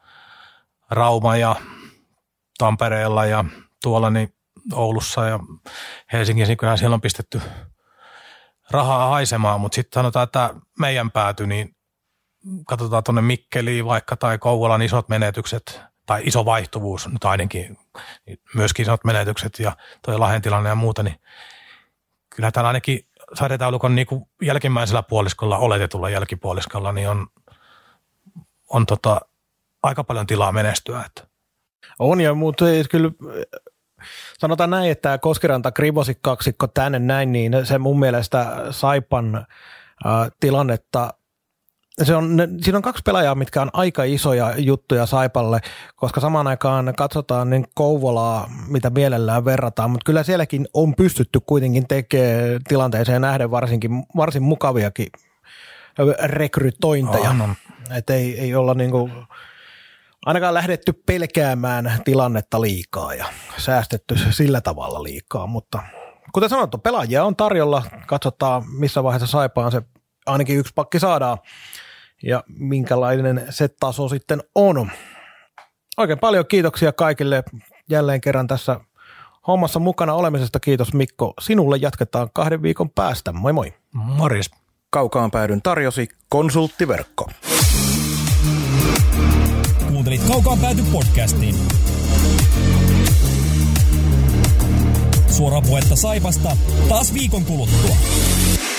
Rauma ja Tampereella ja tuolla niin Oulussa ja Helsingissä, niin kyllähän siellä on pistetty rahaa haisemaan, mutta sitten sanotaan, että meidän pääty, niin katsotaan tuonne Mikkeliin vaikka tai Kouvolan isot menetykset, tai iso vaihtuvuus nyt ainakin, myöskin isot menetykset ja toi Lahden tilanne ja muuta, niin kyllä tämän ainakin sarjataulukon niin kuin jälkimmäisellä puoliskolla, oletetulla jälkipuoliskolla, niin on, on tota, aika paljon tilaa menestyä. Että. On ja mutta kyllä sanotaan näin, että Koskiranta Krivosik kaksikko tänne näin, niin se mun mielestä Saipan äh, tilannetta, se on, ne, siinä on kaksi pelaajaa, mitkä on aika isoja juttuja Saipalle, koska samaan aikaan katsotaan niin Kouvolaa, mitä mielellään verrataan, mutta kyllä sielläkin on pystytty kuitenkin tekemään tilanteeseen nähden varsinkin, varsin mukaviakin rekrytointeja, oh, että ei, ei olla niinku ainakaan lähdetty pelkäämään tilannetta liikaa ja säästetty sillä tavalla liikaa, mutta kuten sanottu, pelaajia on tarjolla, katsotaan missä vaiheessa Saipaan se ainakin yksi pakki saadaan ja minkälainen se taso sitten on. Oikein paljon kiitoksia kaikille jälleen kerran tässä hommassa mukana olemisesta. Kiitos Mikko sinulle, jatketaan kahden viikon päästä. Moi moi. Morjes. Kaukaan päädyn tarjosi Konsulttiverkko. Kuuntelit Kaukaan pääty podcastin. Suoraa puhetta Saipasta taas viikon kuluttua.